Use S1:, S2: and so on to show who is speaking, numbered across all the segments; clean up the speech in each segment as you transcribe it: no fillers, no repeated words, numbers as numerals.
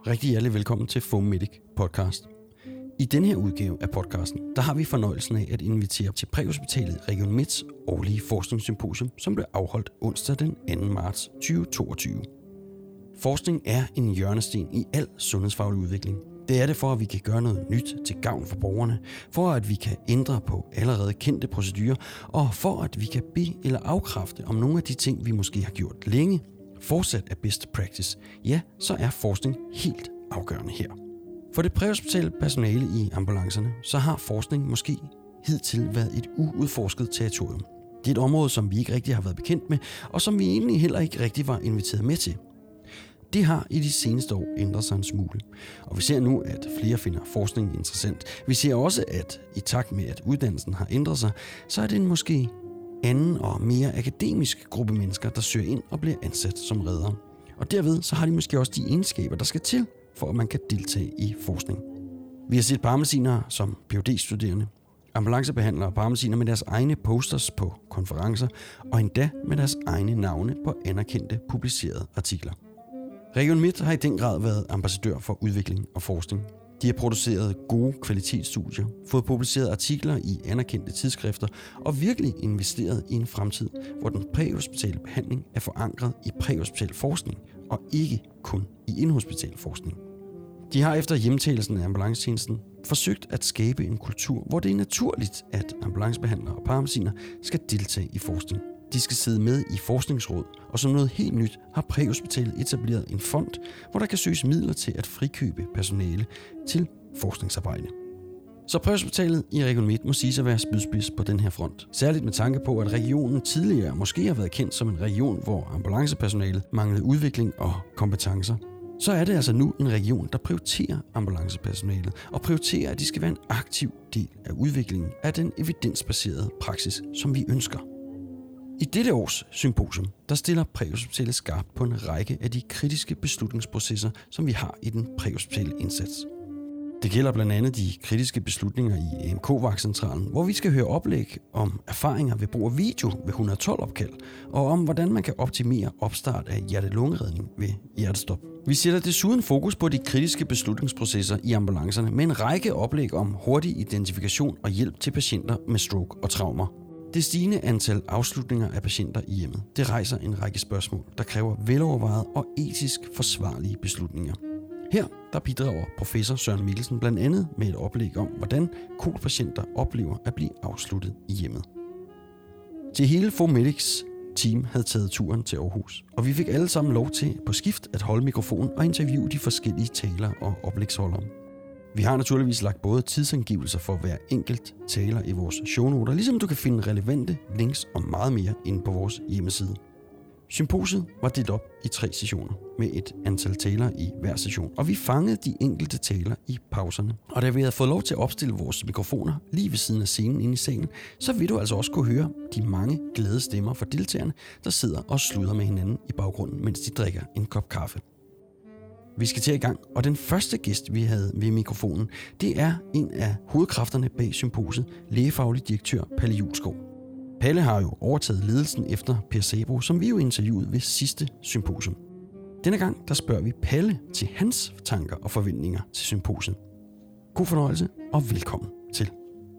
S1: Rigtig hjertelig velkommen til FOMedic podcast. I denne her udgave af podcasten, der har vi fornøjelsen af at invitere til Præhospitalet Region Midts årlige forskningssymposium, som blev afholdt onsdag den 2. marts 2022. Forskning er en hjørnesten i al sundhedsfaglig udvikling. Det er det for, at vi kan gøre noget nyt til gavn for borgerne, for at vi kan ændre på allerede kendte procedurer, og for at vi kan be- eller afkræfte om nogle af de ting, vi måske har gjort længe, fortsat er best practice. Ja, så er forskning helt afgørende her. For det præhospitale personale i ambulancerne, så har forskning måske hidtil været et uudforsket territorium. Det er et område, som vi ikke rigtig har været bekendt med, og som vi egentlig heller ikke rigtig var inviteret med til. Det har i de seneste år ændret sig en smule, og vi ser nu, at flere finder forskning interessant. Vi ser også, at i takt med, at uddannelsen har ændret sig, så er det en måske anden og mere akademisk gruppe mennesker, der søger ind og bliver ansat som reddere. Og derved så har de måske også de egenskaber, der skal til, for at man kan deltage i forskning. Vi har set paramedicinere som Ph.D.-studerende, ambulancebehandlere og paramedicinere med deres egne posters på konferencer, og endda med deres egne navne på anerkendte publicerede artikler. Region Midt har i den grad været ambassadør for udvikling og forskning. De har produceret gode kvalitetsstudier, fået publiceret artikler i anerkendte tidsskrifter og virkelig investeret i en fremtid, hvor den præhospitale behandling er forankret i præhospital forskning og ikke kun i inhospital forskning. De har efter hjemtagelsen af ambulancetjenesten forsøgt at skabe en kultur, hvor det er naturligt, at ambulancebehandlere og paramediciner skal deltage i forskning. De skal sidde med i forskningsråd, og som noget helt nyt har præhospitalet etableret en fond, hvor der kan søges midler til at frikøbe personale til forskningsarbejde. Så præhospitalet i Region Midt må sige sig at være spydspids på den her front. Særligt med tanke på, at regionen tidligere måske har været kendt som en region, hvor ambulancepersonalet manglede udvikling og kompetencer. Så er det altså nu en region, der prioriterer ambulancepersonalet og prioriterer, at de skal være en aktiv del af udviklingen af den evidensbaserede praksis, som vi ønsker. I dette års symposium, der stiller præhospitalet skarpt på en række af de kritiske beslutningsprocesser, som vi har i den præhospitale indsats. Det gælder blandt andet de kritiske beslutninger i EMK-vagtcentralen, hvor vi skal høre oplæg om erfaringer ved brug af video ved 112-opkald, og om hvordan man kan optimere opstart af hjerte-lungeredning ved hjertestop. Vi sætter desuden fokus på de kritiske beslutningsprocesser i ambulancerne med en række oplæg om hurtig identifikation og hjælp til patienter med stroke og traumer. Det stigende antal afslutninger af patienter i hjemmet, det rejser en række spørgsmål, der kræver velovervejede og etisk forsvarlige beslutninger. Her der bidrager professor Søren Mikkelsen blandt andet med et oplæg om, hvordan KOL-patienter oplever at blive afsluttet i hjemmet. Til hele FOMedics team havde taget turen til Aarhus, og vi fik alle sammen lov til på skift at holde mikrofonen og interviewe de forskellige taler og oplægsholdere. Vi har naturligvis lagt både tidsangivelser for hver enkelt taler i vores shownoter, ligesom du kan finde relevante links og meget mere inde på vores hjemmeside. Symposiet var delt op i 3 sessioner med et antal talere i hver session, og vi fangede de enkelte taler i pauserne. Og da vi havde fået lov til at opstille vores mikrofoner lige ved siden af scenen inde i salen, så vil du altså også kunne høre de mange glade stemmer fra deltagerne, der sidder og sludrer med hinanden i baggrunden, mens de drikker en kop kaffe. Vi skal til i gang, og den første gæst, vi havde ved mikrofonen, det er en af hovedkræfterne bag symposiet, lægefaglig direktør Palle Juulskov. Palle har jo overtaget ledelsen efter Per Sabroe, som vi jo interviewede ved sidste symposium. Denne gang, der spørger vi Palle til hans tanker og forventninger til symposiet. God fornøjelse og velkommen til.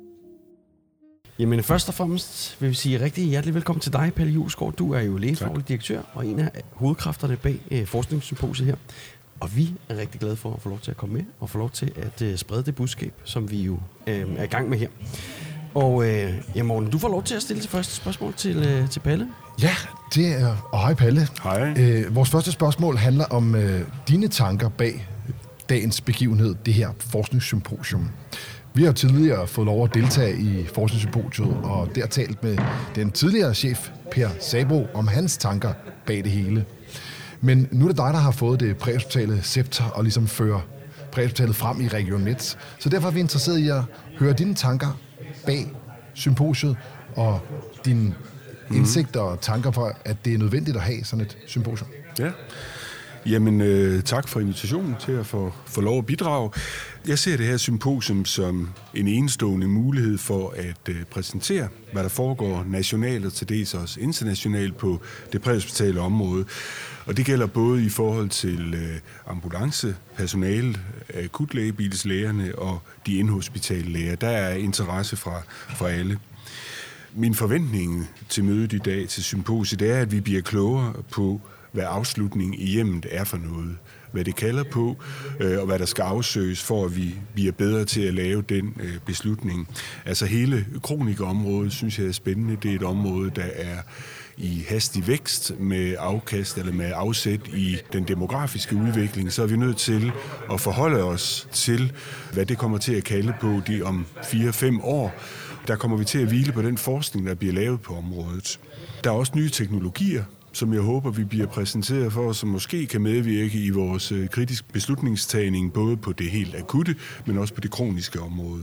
S1: Jamen først og fremmest vil vi sige rigtig hjertelig velkommen til dig, Palle Juulskov. Du er jo lægefaglig direktør og en af hovedkræfterne bag forskningssymposiet her. Og vi er rigtig glade for at få lov til at komme med og få lov til at sprede det budskab, som vi jo er i gang med her. Og Morten, du får lov til at stille det første spørgsmål til Palle.
S2: Ja, det er... Og hej Palle.
S3: Hej.
S2: Vores første spørgsmål handler om dine tanker bag dagens begivenhed, det her forskningssymposium. Vi har tidligere fået lov at deltage i forskningssymposiet, og der talt med den tidligere chef Per Sabroe om hans tanker bag det hele. Men nu er det dig, der har fået det præhospitale scepter og ligesom fører præhospitalet frem i Region Midt. Så derfor er vi interesseret i at høre dine tanker bag symposiet og dine indsigter og tanker for, at det er nødvendigt at have sådan et symposium.
S3: Ja. Jamen, tak for invitationen til at få lov at bidrage. Jeg ser det her symposium som en enestående mulighed for at præsentere, hvad der foregår nationalt og til dels også internationalt på det præhospitale område. Og det gælder både i forhold til ambulancepersonalet, akutlægebilslægerne og de inhospitale læger. Der er interesse fra alle. Min forventning til mødet i dag, til symposiet, det er, at vi bliver klogere på, hvad afslutningen i hjemmet er for noget. Hvad det kalder på, og hvad der skal afsøges, for at vi bliver bedre til at lave den beslutning. Altså hele kronikerområdet, synes jeg er spændende. Det er et område, der er i hastig vækst med afkast eller med afsæt i den demografiske udvikling, så er vi nødt til at forholde os til, hvad det kommer til at kalde på om 4-5 år. Der kommer vi til at hvile på den forskning, der bliver lavet på området. Der er også nye teknologier, som jeg håber, vi bliver præsenteret for, som måske kan medvirke i vores kritisk beslutningstagning, både på det helt akutte, men også på det kroniske område.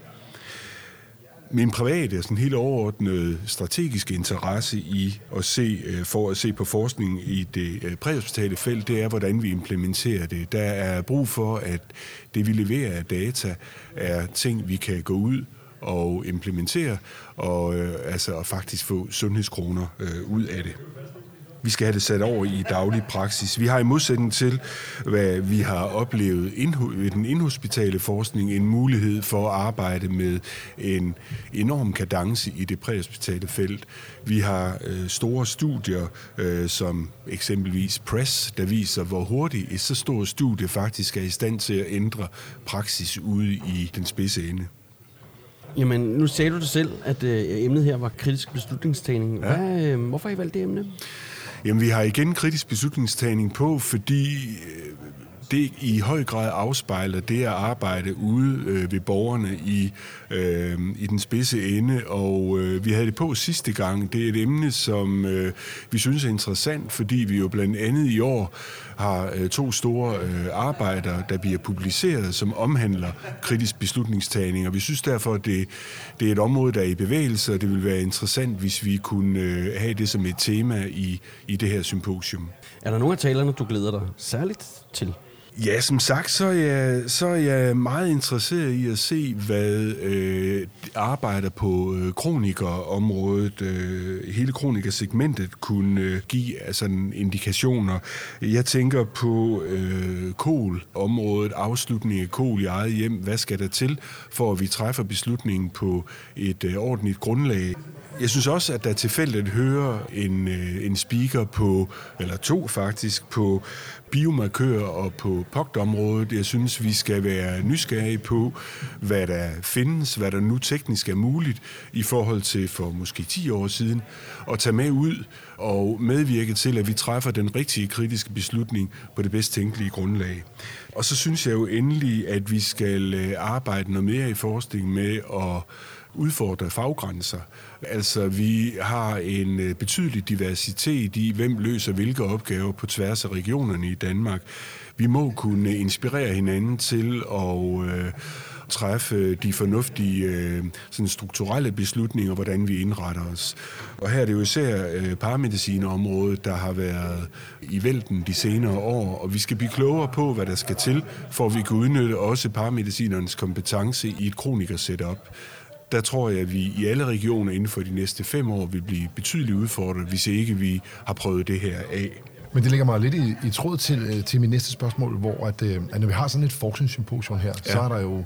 S3: Min private og sådan helt overordnede strategiske interesse i for at se på forskning i det præhospitale felt, det er, hvordan vi implementerer det. Der er brug for, at det, vi leverer af data, er ting, vi kan gå ud og implementere, og faktisk få sundhedskroner ud af det. Vi skal have det sat over i daglig praksis. Vi har i modsætning til, hvad vi har oplevet i den inhospitale forskning, en mulighed for at arbejde med en enorm kadence i det præhospitale felt. Vi har store studier, som eksempelvis PRESS, der viser, hvor hurtigt et så stort studie faktisk er i stand til at ændre praksis ude i den spidse ende.
S1: Jamen, nu sagde du det selv, at emnet her var kritisk beslutningstagning. Ja. Hvorfor har I valgt det emne?
S3: Jamen, vi har igen kritisk beslutningstagning på, fordi det i høj grad afspejler det at arbejde ude ved borgerne i den spidse ende, og vi havde det på sidste gang. Det er et emne, som vi synes er interessant, fordi vi jo blandt andet i år har 2 store arbejder, der bliver publiceret, som omhandler kritisk beslutningstagning, og vi synes derfor, at det er et område, der er i bevægelse, og det vil være interessant, hvis vi kunne have det som et tema i det her symposium.
S1: Er der nogle af talerne, du glæder dig særligt til?
S3: Ja, som sagt, så er jeg meget interesseret i at se, hvad arbejder på kronikerområdet, hele kronikersegmentet kunne give sådan indikationer. Jeg tænker på KOL-området, afslutning af KOL i eget hjem. Hvad skal der til, for at vi træffer beslutningen på et ordentligt grundlag? Jeg synes også, at der tilfældigt hører en speaker på, eller 2 faktisk, på biomarkører og på POCT-området. Jeg synes, vi skal være nysgerrige på, hvad der findes, hvad der nu teknisk er muligt i forhold til for måske 10 år siden, og tage med ud og medvirke til, at vi træffer den rigtige kritiske beslutning på det bedst tænkelige grundlag. Og så synes jeg jo endelig, at vi skal arbejde noget mere i forskning med at udfordre faggrænser. Altså, vi har en betydelig diversitet i, hvem løser hvilke opgaver på tværs af regionerne i Danmark. Vi må kunne inspirere hinanden til at træffe de fornuftige sådan strukturelle beslutninger, hvordan vi indretter os. Og her er det jo især paramedicinområdet, der har været i vælten de senere år, og vi skal blive klogere på, hvad der skal til, for at vi kan udnytte også paramedicinernes kompetence i et kroniker-setup. Der tror jeg, at vi i alle regioner inden for de næste 5 år vil blive betydeligt udfordret, hvis ikke vi har prøvet det her af.
S2: Men det ligger mig lidt i tråd til mit næste spørgsmål, hvor at når vi har sådan et forskningssymposium her, så er der jo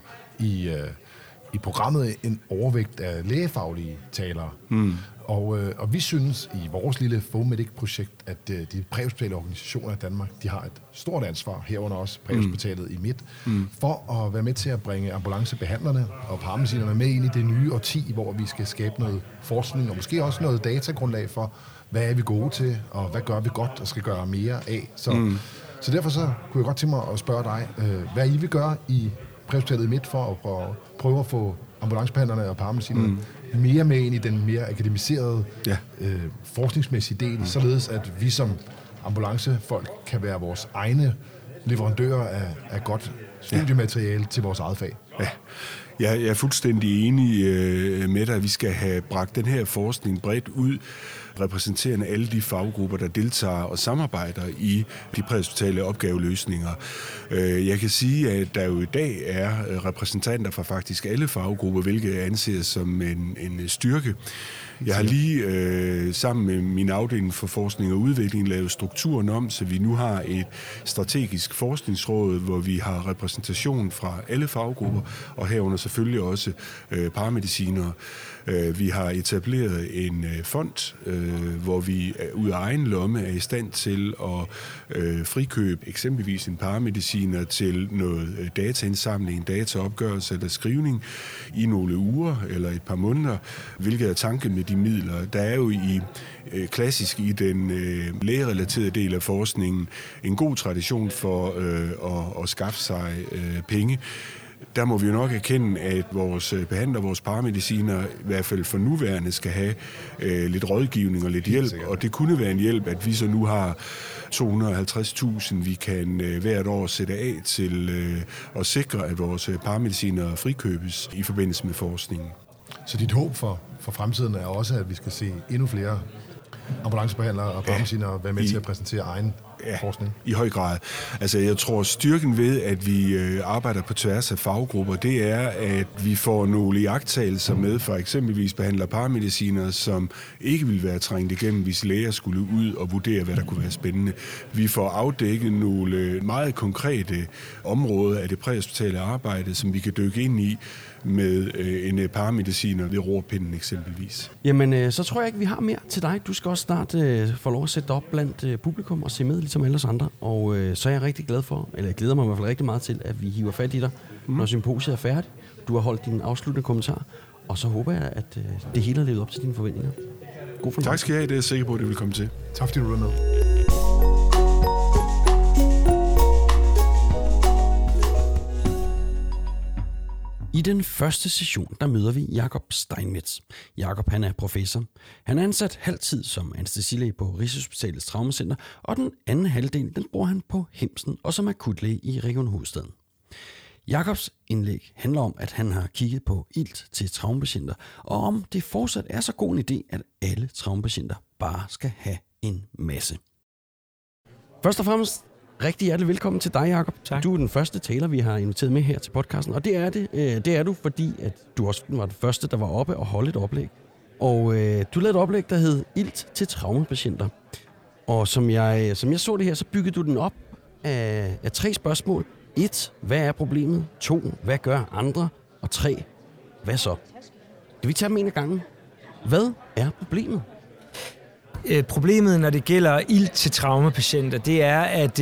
S2: i programmet en overvægt af lægefaglige talere. Og vi synes i vores lille FOMEDIC-projekt, at de præhospitale organisationer i Danmark, de har et stort ansvar, herunder også præhospitalet i Midt, for at være med til at bringe ambulancebehandlerne og paramedicinerne med ind i det nye årti, hvor vi skal skabe noget forskning og måske også noget datagrundlag for, hvad er vi gode til, og hvad gør vi godt og skal gøre mere af. Så derfor så kunne jeg godt tænke mig at spørge dig, hvad I vil gøre i præhospitalet i Midt for at prøve at få ambulancebehandlerne og paramedicinerne mere med ind i den mere akademiserede forskningsmæssige del, således at vi som ambulancefolk kan være vores egne leverandører af godt studiemateriale til vores eget fag.
S3: Ja. Jeg er fuldstændig enig med dig. Vi skal have bragt den her forskning bredt ud, repræsenterende alle de faggrupper, der deltager og samarbejder i de præhospitale opgaveløsninger. Jeg kan sige, at der jo i dag er repræsentanter fra faktisk alle faggrupper, hvilket anses som en styrke. Jeg har lige sammen med min afdeling for forskning og udvikling lavet strukturen om, så vi nu har et strategisk forskningsråd, hvor vi har repræsentation fra alle faggrupper, og herunder selvfølgelig også paramedicinere. Vi har etableret en fond, hvor vi ud af egen lomme er i stand til at frikøbe eksempelvis en paramediciner til noget dataindsamling, dataopgørelse eller skrivning i nogle uger eller et par måneder, hvilket er tanken med de midler. Der er jo klassisk i den lægerelaterede del af forskningen en god tradition for at skaffe sig penge. Der må vi jo nok erkende, at vores behandlere, vores paramediciner, i hvert fald for nuværende, skal have lidt rådgivning og lidt hjælp. Og det kunne være en hjælp, at vi så nu har 250.000, vi kan hvert år sætte af til at sikre, at vores paramediciner frikøbes i forbindelse med forskningen.
S2: Så dit håb for fremtiden er også, at vi skal se endnu flere ambulancebehandlere og paramedicinere være med til at præsentere egen forskning?
S3: I høj grad. Altså, jeg tror, styrken ved, at vi arbejder på tværs af faggrupper, det er, at vi får nogle iagttagelser med for eksempelvis behandlere paramediciner, som ikke vil være trængt igennem, hvis læger skulle ud og vurdere, hvad der kunne være spændende. Vi får afdækket nogle meget konkrete områder af det præhospitale arbejde, som vi kan dykke ind i med en paramediciner ved rorpinden eksempelvis.
S1: Jamen, så tror jeg ikke, vi har mere til dig. Du skal også snart få lov at sætte dig op blandt publikum og se med, ligesom alle os andre. Og så er jeg rigtig glad for, eller jeg glæder mig i hvert fald rigtig meget til, at vi hiver fat i dig, når symposiet er færdigt. Du har holdt din afsluttende kommentar, og så håber jeg, at det hele har levet op til dine forventninger. God fornøjelse.
S3: Tak skal jeg have, det er jeg sikker på, at det vil komme til.
S2: Tak fordi du var med.
S1: I den første session, der møder vi Jakob Steinmetz. Jakob, han er professor. Han er ansat halvtid som anæstesilæge på Rigshospitalets Traumacenter, og den anden halvdel, den bruger han på Himsen og som akutlæge i Region Hovedstaden. Jakobs indlæg handler om, at han har kigget på ilt til traumapatienter, og om det fortsat er så god en idé, at alle traumapatienter bare skal have en masse. Først og fremmest, rigtig hjertelig velkommen til dig, Jakob.
S4: Tak.
S1: Du er den første taler, vi har inviteret med her til podcasten, og det er du, fordi at du også var den første, der var oppe og holdt et oplæg. Og du lavede et oplæg, der hed Ilt til traumapatienter. Og som jeg så det her, så byggede du den op af 3 spørgsmål. 1. Hvad er problemet? 2. Hvad gør andre? Og 3. Hvad så? Kan vi tage dem en af gangen? Hvad er problemet?
S4: Problemet, når det gælder ilt til traumapatienter, det er, at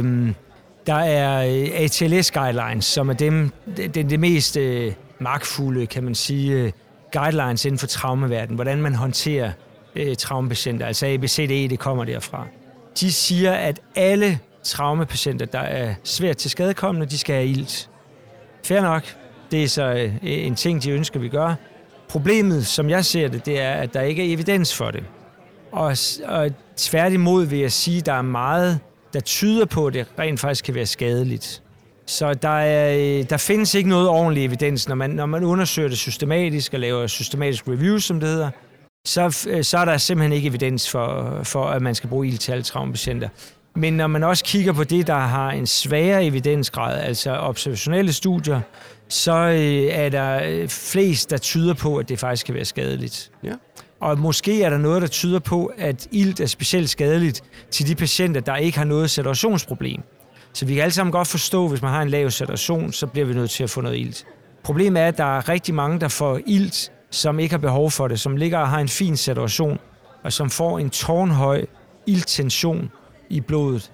S4: der er ATLS-guidelines, som er det mest magtfulde, kan man sige, guidelines inden for traumaverdenen, hvordan man håndterer traumapatienter, altså ABCDE, det kommer derfra. De siger, at alle traumapatienter, der er svært til skadekommende, de skal have ilt. Fair nok, det er så en ting, de ønsker, vi gør. Problemet, som jeg ser det, det er, at der ikke er evidens for det. Og tværtimod vil jeg sige, at der er meget, der tyder på, at det rent faktisk kan være skadeligt. Så der findes ikke noget ordentlig evidens. Når man undersøger det systematisk og laver systematisk reviews, som det hedder, så er der simpelthen ikke evidens for at man skal bruge ilt til alle traumapatienter. Men når man også kigger på det, der har en svagere evidensgrad, altså observationelle studier, så er der flest, der tyder på, at det faktisk kan være skadeligt.
S1: Ja.
S4: Og måske er der noget, der tyder på, at ilt er specielt skadeligt til de patienter, der ikke har noget saturationsproblem. Så vi kan alle sammen godt forstå, hvis man har en lav saturation, så bliver vi nødt til at få noget ilt. Problemet er, at der er rigtig mange, der får ilt, som ikke har behov for det, som ligger og har en fin saturation, og som får en tårnhøj ilttension i blodet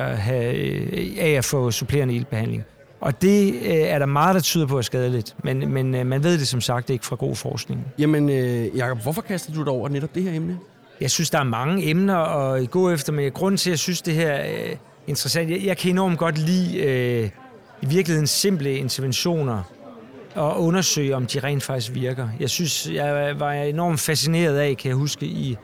S4: af at få supplerende iltbehandling. Og det er der meget, der tyder på at skadeligt, men man ved det som sagt ikke fra god forskning.
S1: Jamen, Jakob, hvorfor kaster du dig over netop det her emne?
S4: Jeg synes, der er mange emner at gå efter, men grunden til, at jeg synes, det her er interessant, jeg kan enormt godt lide i virkeligheden simple interventioner og undersøge, om de rent faktisk virker. Jeg synes, jeg var enormt fascineret af, kan jeg huske, i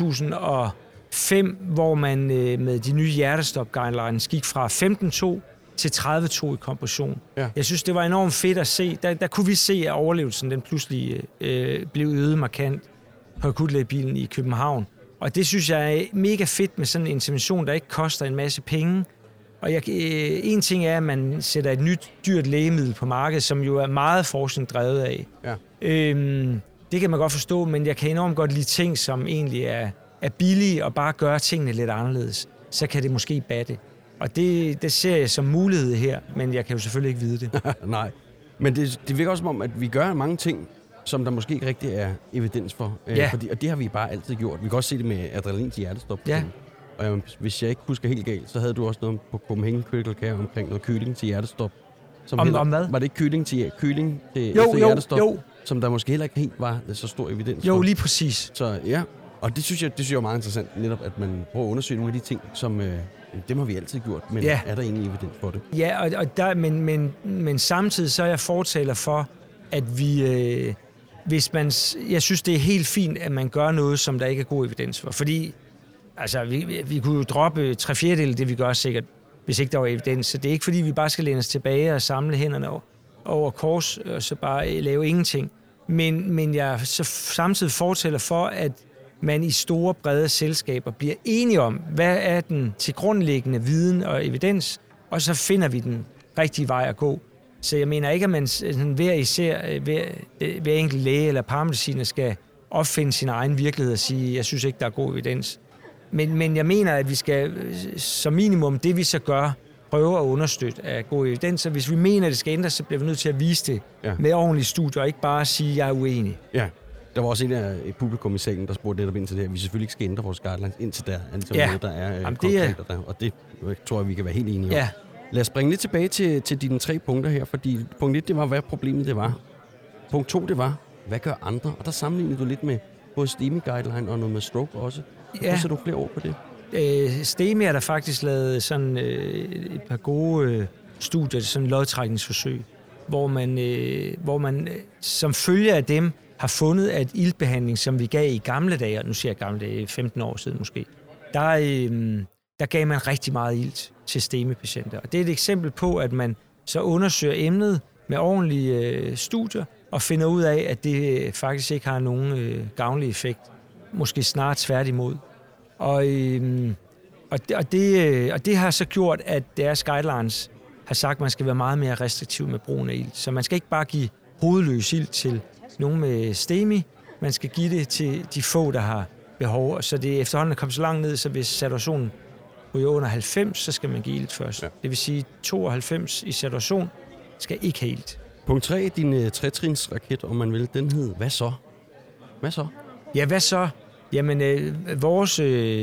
S4: 2005, hvor man med de nye hjertestop-guidelines gik fra 15-2 til 30-2 i kompression.
S1: Ja.
S4: Jeg synes, det var enormt fedt at se. Der kunne vi se, at overlevelsen den pludselig blev øget markant på akutlægebilen i København. Og det synes jeg er mega fedt med sådan en intervention, der ikke koster en masse penge. Og en ting er, at man sætter et nyt dyrt lægemiddel på markedet, som jo er meget forskning drevet af. Ja. Det kan man godt forstå, men jeg kan enormt godt lide ting, som egentlig er billige og bare gøre tingene lidt anderledes. Så kan det måske batte. Og det ser jeg som mulighed her, men jeg kan jo selvfølgelig ikke vide det.
S1: Nej, men det virker også som om, at vi gør mange ting, som der måske ikke rigtig er evidens for.
S4: Ja.
S1: Og det har vi bare altid gjort. Vi kan også se det med adrenalin til hjertestop.
S4: Ja.
S1: Og hvis jeg ikke husker helt galt, så havde du også noget på Copenhagen Critical Care omkring noget køling til hjertestop.
S4: Om hvad?
S1: Var det ikke køling til hjertestop?
S4: Jo.
S1: Som der måske heller ikke helt var så stor evidens for.
S4: Jo, lige præcis.
S1: Så ja, og det synes jeg er meget interessant, netop at man prøver at undersøge nogle af de ting, som dem har vi altid gjort, men er der ingen evidens for det?
S4: Ja, men samtidig så er jeg fortaler for, at vi, jeg synes, det er helt fint, at man gør noget, som der ikke er god evidens for. Fordi altså, vi kunne jo droppe 3/4 af det, vi gør sikkert, hvis ikke der var evidens. Så det er ikke, fordi vi bare skal læne os tilbage og samle hænderne over kors, og så bare lave ingenting. Men jeg så samtidig fortæller for, at man i store, brede selskaber bliver enige om, hvad er den tilgrundliggende viden og evidens, og så finder vi den rigtige vej at gå. Så jeg mener ikke, at man hver enkelt læge eller paramediciner skal opfinde sin egen virkelighed og sige, jeg synes ikke, der er god evidens. Men jeg mener, at vi skal som minimum, det vi så gør, prøve at understøtte af god evidens. Og hvis vi mener, at det skal ændres, så bliver vi nødt til at vise det med ordentlige studier, og ikke bare sige, at jeg er uenig. Ja,
S1: der var også en af publikum i salen, der spurgte netop ind til det her. Vi selvfølgelig ikke skal ændre vores guidelines indtil der, der er konkret, og det tror jeg, vi kan være helt enige om. Ja. Lad os springe lidt tilbage til dine 3 punkter her, fordi punkt 1, det var, hvad problemet det var. Punkt 2, det var, hvad gør andre? Og der sammenlignede du lidt med både STEMI guideline og noget med stroke også. Hvad ser du flere ord på det?
S4: STEMI er der faktisk lavet sådan et par gode studier, sådan lodtrækningsforsøg, hvor man som følge af dem har fundet, at iltbehandling, som vi gav i gamle dage, og nu siger jeg gamle dage, 15 år siden måske, der gav man rigtig meget ilt til STEMI-patienter. Og det er et eksempel på, at man så undersøger emnet med ordentlige studier, og finder ud af, at det faktisk ikke har nogen gavnlig effekt. Måske snart tværtimod. Og det har så gjort, at deres guidelines har sagt, at man skal være meget mere restriktiv med brugen af ilt. Så man skal ikke bare give hovedløs ilt til nogen med STEMI, man skal give det til de få, der har behov. Så det efterhånden er kommet så langt ned, så hvis saturationen ryger under 90, så skal man give ilt først. Ja. Det vil sige, 92 i saturation skal ikke have ilt.
S1: Punkt 3, din tretrinsraket, om man vil, den hed, hvad så? Hvad så?
S4: Ja, hvad så? Jamen, vores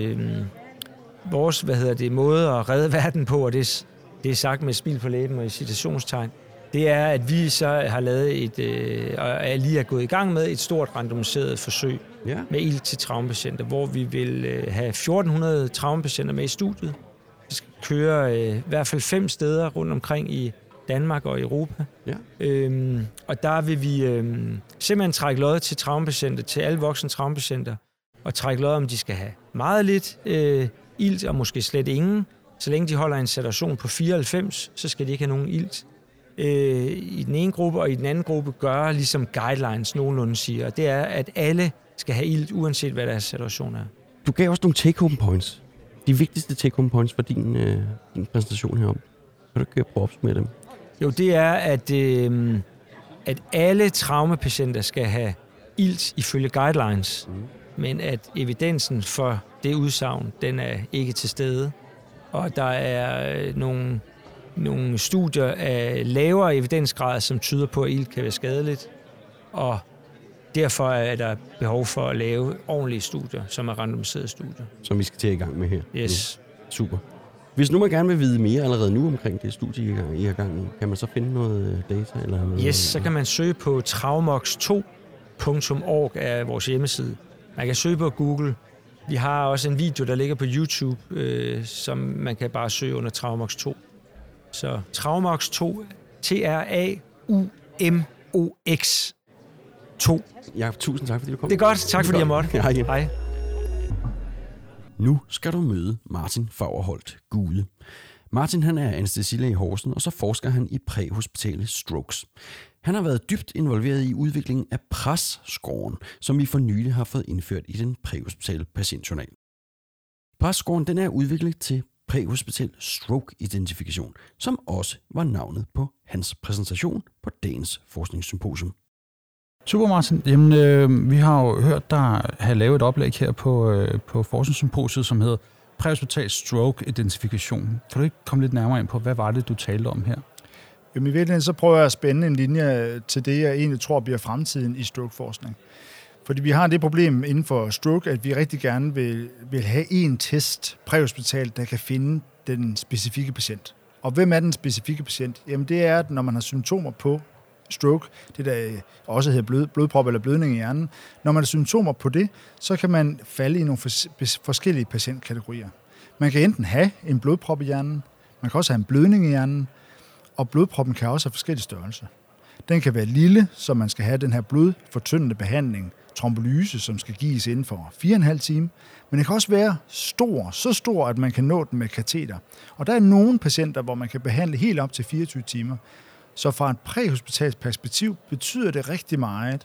S4: måde at redde verden på, og det er sagt med smil på læben og i citationstegn, det er, at vi så har lavet og lige er gået i gang med et stort randomiseret forsøg med ilt til traumapatienter, hvor vi vil have 1400 traumapatienter med i studiet. Vi skal køre i hvert fald 5 steder rundt omkring i Danmark og Europa. Ja. Og der vil vi simpelthen trække lod til traumapatienter, til alle voksne traumapatienter, og trække lod om, de skal have meget lidt ilt, og måske slet ingen. Så længe de holder en saturation på 94, så skal de ikke have nogen ilt. I den ene gruppe, og i den anden gruppe gør, ligesom guidelines nogenlunde siger, det er, at alle skal have ilt, uanset hvad deres situation er.
S1: Du gav også nogle take-home points. De vigtigste take-home points for din præsentation herom. Kan du ikke prøve at opsummere dem?
S4: Jo, det er, at alle traumapatienter skal have ilt ifølge guidelines, men at evidensen for det udsagn, den er ikke til stede. Og der er nogle studier af lavere evidensgrad, som tyder på, at ilt kan være skadeligt. Og derfor er der behov for at lave ordentlige studier, som er randomiserede studier.
S1: Som vi skal til i gang med her.
S4: Yes.
S1: Super. Hvis nu man gerne vil vide mere allerede nu omkring det studie, I har gang i, kan man så finde noget data? Eller noget?
S4: Yes, så kan man søge på traumox2.org af vores hjemmeside. Man kan søge på Google. Vi har også en video, der ligger på YouTube, som man kan bare søge under Traumox2. Så Traumox2, Traumox 2.
S1: Ja, tusind tak, fordi du kom.
S4: Det er godt. Tak, fordi jeg måtte. Hej.
S1: Nu skal du møde Martin Faurholt Gude. Martin han er anæstesilæge i Horsens, og så forsker han i præhospitale strokes. Han har været dybt involveret i udviklingen af PRES-scoren, som vi for nylig har fået indført i den præhospitale patientjournal. PRES-scoren den er udviklet til præhospital stroke-identifikation, som også var navnet på hans præsentation på dagens forskningssymposium.
S5: Super, Martin. Jamen, vi har jo hørt dig have lavet et oplæg her på forskningssymposiet, som hedder præhospital stroke-identifikation. Kan du ikke komme lidt nærmere ind på, hvad var det, du talte om her?
S6: Jamen, i virkeligheden så prøver jeg at spænde en linje til det, jeg egentlig tror bliver fremtiden i strokeforskning. Fordi vi har det problem inden for stroke, at vi rigtig gerne vil have en test præhospitalt, der kan finde den specifikke patient. Og hvem er den specifikke patient? Jamen det er, at når man har symptomer på stroke, det der også hedder blodprop eller blødning i hjernen, når man har symptomer på det, så kan man falde i nogle forskellige patientkategorier. Man kan enten have en blodprop i hjernen, man kan også have en blødning i hjernen, og blodproppen kan også have forskellige størrelser. Den kan være lille, så man skal have den her blodfortyndende behandling, trombolyse, som skal gives inden for 4,5 timer. Men det kan også være stor, så stor, at man kan nå den med kateter. Og der er nogle patienter, hvor man kan behandle helt op til 24 timer. Så fra et præhospitalt perspektiv betyder det rigtig meget,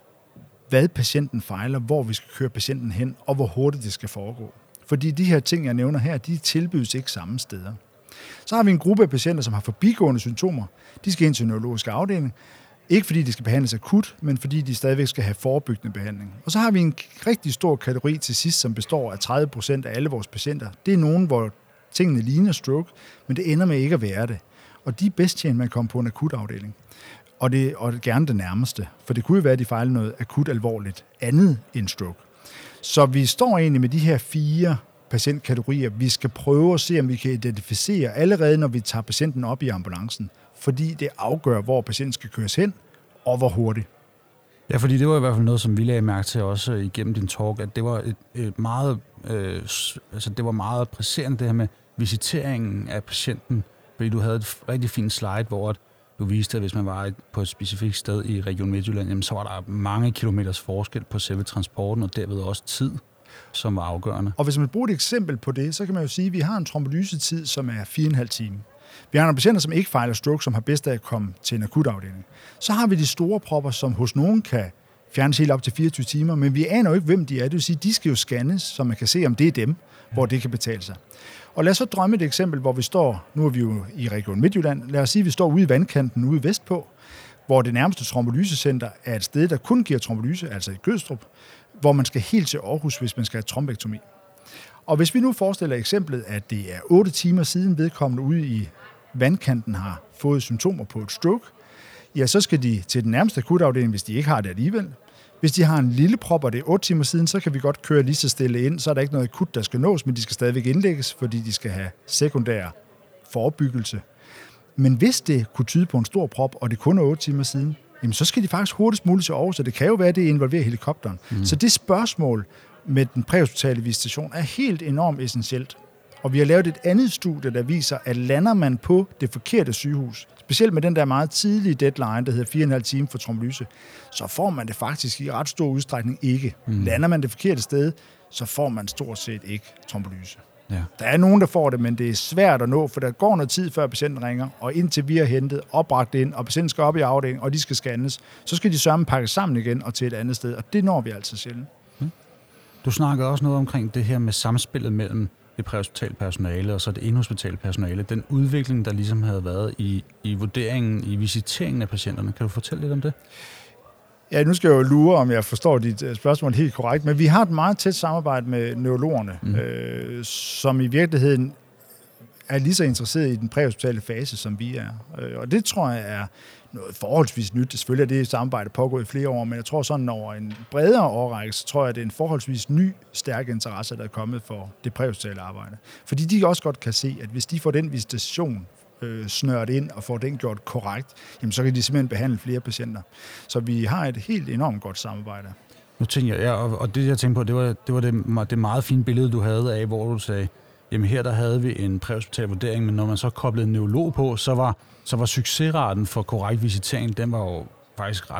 S6: hvad patienten fejler, hvor vi skal køre patienten hen, og hvor hurtigt det skal foregå. Fordi de her ting, jeg nævner her, de tilbydes ikke samme steder. Så har vi en gruppe af patienter, som har forbigående symptomer. De skal ind til neurologisk afdeling. Ikke fordi de skal behandles akut, men fordi de stadigvæk skal have forebyggende behandling. Og så har vi en rigtig stor kategori til sidst, som består af 30% af alle vores patienter. Det er nogen, hvor tingene ligner stroke, men det ender med ikke at være det. Og de er bedst tjent med at komme på en akutafdeling. Og gerne det nærmeste. For det kunne jo være, at de fejler noget akut alvorligt andet end stroke. Så vi står egentlig med de her 4 patientkategorier. Vi skal prøve at se, om vi kan identificere allerede, når vi tager patienten op i ambulancen. Fordi det afgør, hvor patienten skal køres hen, og hvor hurtigt.
S5: Ja, fordi det var i hvert fald noget, som vi lagde mærke til også igennem din talk, at det var et meget, det var meget presserende det her med visiteringen af patienten. Fordi du havde et rigtig fint slide, hvor du viste, at hvis man var på et specifikt sted i Region Midtjylland, jamen, så var der mange kilometers forskel på selve transporten, og derved også tid, som var afgørende.
S6: Og hvis man bruger et eksempel på det, så kan man jo sige, at vi har en trombolysetid, som er 4,5 timer. Vi har nogle patienter, som ikke fejler stroke, som har bedst af at komme til en akutafdeling. Så har vi de store propper, som hos nogen kan fjernes helt op til 24 timer, men vi aner jo ikke, hvem de er. Det vil sige, de skal jo scannes, så man kan se, om det er dem, hvor det kan betale sig. Og lad os så drømme et eksempel, hvor vi står, nu er vi jo i Region Midtjylland, lad os sige, at vi står ude i vandkanten ude vestpå, hvor det nærmeste trombolysecenter er et sted, der kun giver trombolyse, altså i Gødstrup, hvor man skal helt til Aarhus, hvis man skal have trombektomi. Og hvis vi nu forestiller eksemplet, at det er 8 timer siden vedkommende ude i vandkanten har fået symptomer på et stroke, ja, så skal de til den nærmeste akutafdeling, hvis de ikke har det alligevel. Hvis de har en lille prop, og det er 8 timer siden, så kan vi godt køre lige så stille ind, så er der ikke noget akut, der skal nås, men de skal stadigvæk indlægges, fordi de skal have sekundær forebyggelse. Men hvis det kunne tyde på en stor prop, og det kun er 8 timer siden, jamen så skal de faktisk hurtigst muligt til Aarhus, så det kan jo være, at det involverer helikopteren. Så det spørgsmål med den præhospitale visitation er helt enormt essentielt. Og vi har lavet et andet studie, der viser, at lander man på det forkerte sygehus, specielt med den der meget tidlige deadline, der hedder 4,5 timer for trombolyse, så får man det faktisk i ret stor udstrækning ikke. Lander man det forkerte sted, så får man stort set ikke trombolyse. Ja. Der er nogen, der får det, men det er svært at nå, for der går noget tid, før patienten ringer, og indtil vi har hentet og bragt ind, og patienten skal op i afdelingen, og de skal scannes, så skal de sørge pakkes sammen igen og til et andet sted, og det når vi altså sjældent.
S5: Du snakkede også noget omkring det her med samspillet mellem det præhospitale personale og så det inhospitale personale. Den udvikling, der ligesom havde været i vurderingen, i visiteringen af patienterne. Kan du fortælle lidt om det?
S6: Ja, nu skal jeg jo lure, om jeg forstår dit spørgsmål helt korrekt, men vi har et meget tæt samarbejde med neurologerne, som i virkeligheden er lige så interesseret i den præhospitale fase, som vi er. Og det tror jeg er noget forholdsvis nyt. Selvfølgelig er det samarbejde pågået i flere år, men jeg tror sådan over en bredere årrække, så tror jeg, at det er en forholdsvis ny, stærk interesse, der er kommet for det præhospitale arbejde. Fordi de også godt kan se, at hvis de får den visitation snøret ind og får den gjort korrekt, jamen så kan de simpelthen behandle flere patienter. Så vi har et helt enormt godt samarbejde.
S5: Nu tænker jeg, og det jeg tænkte på, det var det meget fine billede, du havde af, hvor du sagde, jamen her der havde vi en præhospital vurdering, men når man så koblede en neurolog på, så var succesraten for korrekt visitering, den var jo faktisk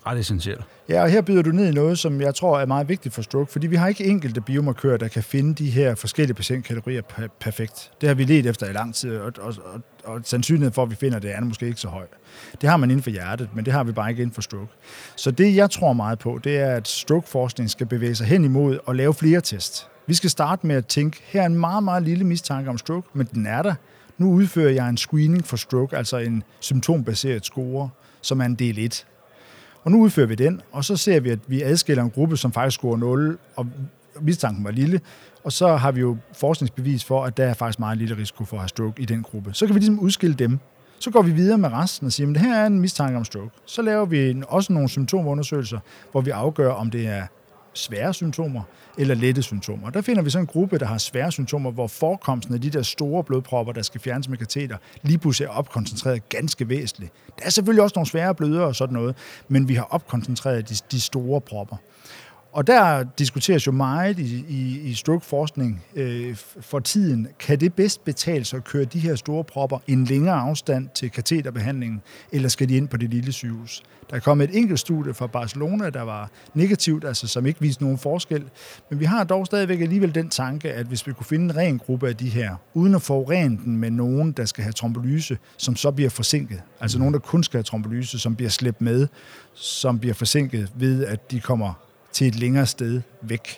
S5: ret essentiel.
S6: Ja, og her byder du ned i noget, som jeg tror er meget vigtigt for stroke, fordi vi har ikke enkelte biomarkører, der kan finde de her forskellige patientkategorier perfekt. Det har vi let efter i lang tid, og sandsynligheden for, at vi finder det, er måske ikke så høj. Det har man inden for hjertet, men det har vi bare ikke inden for stroke. Så det, jeg tror meget på, det er, at strokeforskning skal bevæge sig hen imod at lave flere test. Vi skal starte med at tænke, her er en meget, meget lille mistanke om stroke, men den er der. Nu udfører jeg en screening for stroke, altså en symptombaseret score, som er en del 1. Og nu udfører vi den, og så ser vi, at vi adskiller en gruppe, som faktisk scorer 0, og mistanken var lille, og så har vi jo forskningsbevis for, at der er faktisk meget lille risiko for at have stroke i den gruppe. Så kan vi ligesom udskille dem. Så går vi videre med resten og siger, at her er en mistanke om stroke. Så laver vi også nogle symptomundersøgelser, hvor vi afgør, om det er svære symptomer eller lette symptomer. Der finder vi så en gruppe, der har svære symptomer, hvor forekomsten af de der store blodpropper, der skal fjernes med kateter, lige pludselig er opkoncentreret ganske væsentligt. Der er selvfølgelig også nogle svære blødere og sådan noget, men vi har opkoncentreret de store propper. Og der diskuteres jo meget i strokeforskning for tiden, kan det bedst betale sig at køre de her store propper en længere afstand til kateterbehandlingen, eller skal de ind på det lille sygehus? Der er kommet et enkelt studie fra Barcelona, der var negativt, altså som ikke viste nogen forskel, men vi har dog stadigvæk alligevel den tanke, at hvis vi kunne finde en ren gruppe af de her, uden at forurene den med nogen, der skal have trombolyse, som så bliver forsinket, altså nogen, der kun skal have trombolyse, som bliver slæbt med, som bliver forsinket ved, at de kommer til et længere sted væk.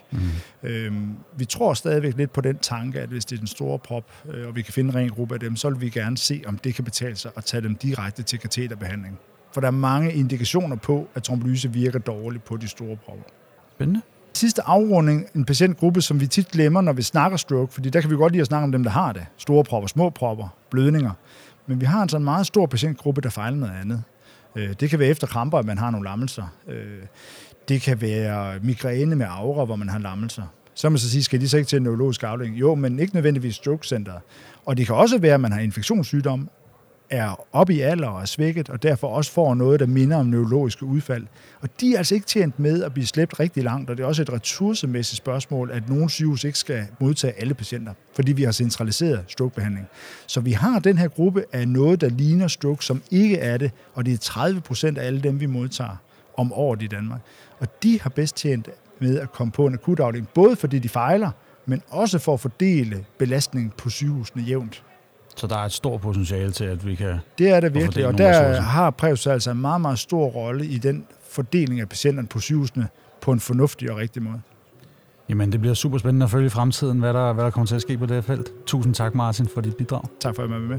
S6: Vi tror stadigvæk lidt på den tanke, at hvis det er den store prop, og vi kan finde en ren gruppe af dem, så vil vi gerne se, om det kan betale sig at tage dem direkte til kateterbehandling. For der er mange indikationer på, at trombolyse virker dårligt på de store propper.
S5: Spændende.
S6: Sidste afrunding, en patientgruppe, som vi tit glemmer, når vi snakker stroke, fordi der kan vi godt lide at snakke om dem, der har det. Store propper, små propper, blødninger. Men vi har en sådan meget stor patientgruppe, der fejler noget andet. Det kan være efter kramper, at man har nogle lammelser. Det kan være migræne med aura, hvor man har lammelser. Så man så sige, skal de så ikke til en neurologisk afdeling? Jo, men ikke nødvendigvis stroke-centeret. Og det kan også være, at man har infektionssygdom, er oppe i alder og er svækket, og derfor også får noget, der minder om neurologiske udfald. Og de er altså ikke tjent med at blive slæbt rigtig langt, og det er også et ressourcemæssigt spørgsmål, at nogle sygehus ikke skal modtage alle patienter, fordi vi har centraliseret strokebehandling. Så vi har den her gruppe af noget, der ligner stroke, som ikke er det, og det er 30% af alle dem, vi modtager om året i Danmark. Og de har bedst tjent med at komme på en akutafdeling, både fordi de fejler, men også for at fordele belastningen på sygehusene jævnt.
S5: Så der er et stort potentiale til, at vi kan...
S6: Det er der virkelig, og der har Prevs altså en meget, meget stor rolle i den fordeling af patienterne på sygehusene på en fornuftig og rigtig måde.
S5: Jamen, det bliver super spændende at følge i fremtiden, hvad der kommer til at ske på det her felt. Tusind tak, Martin, for dit bidrag.
S6: Tak for at være med.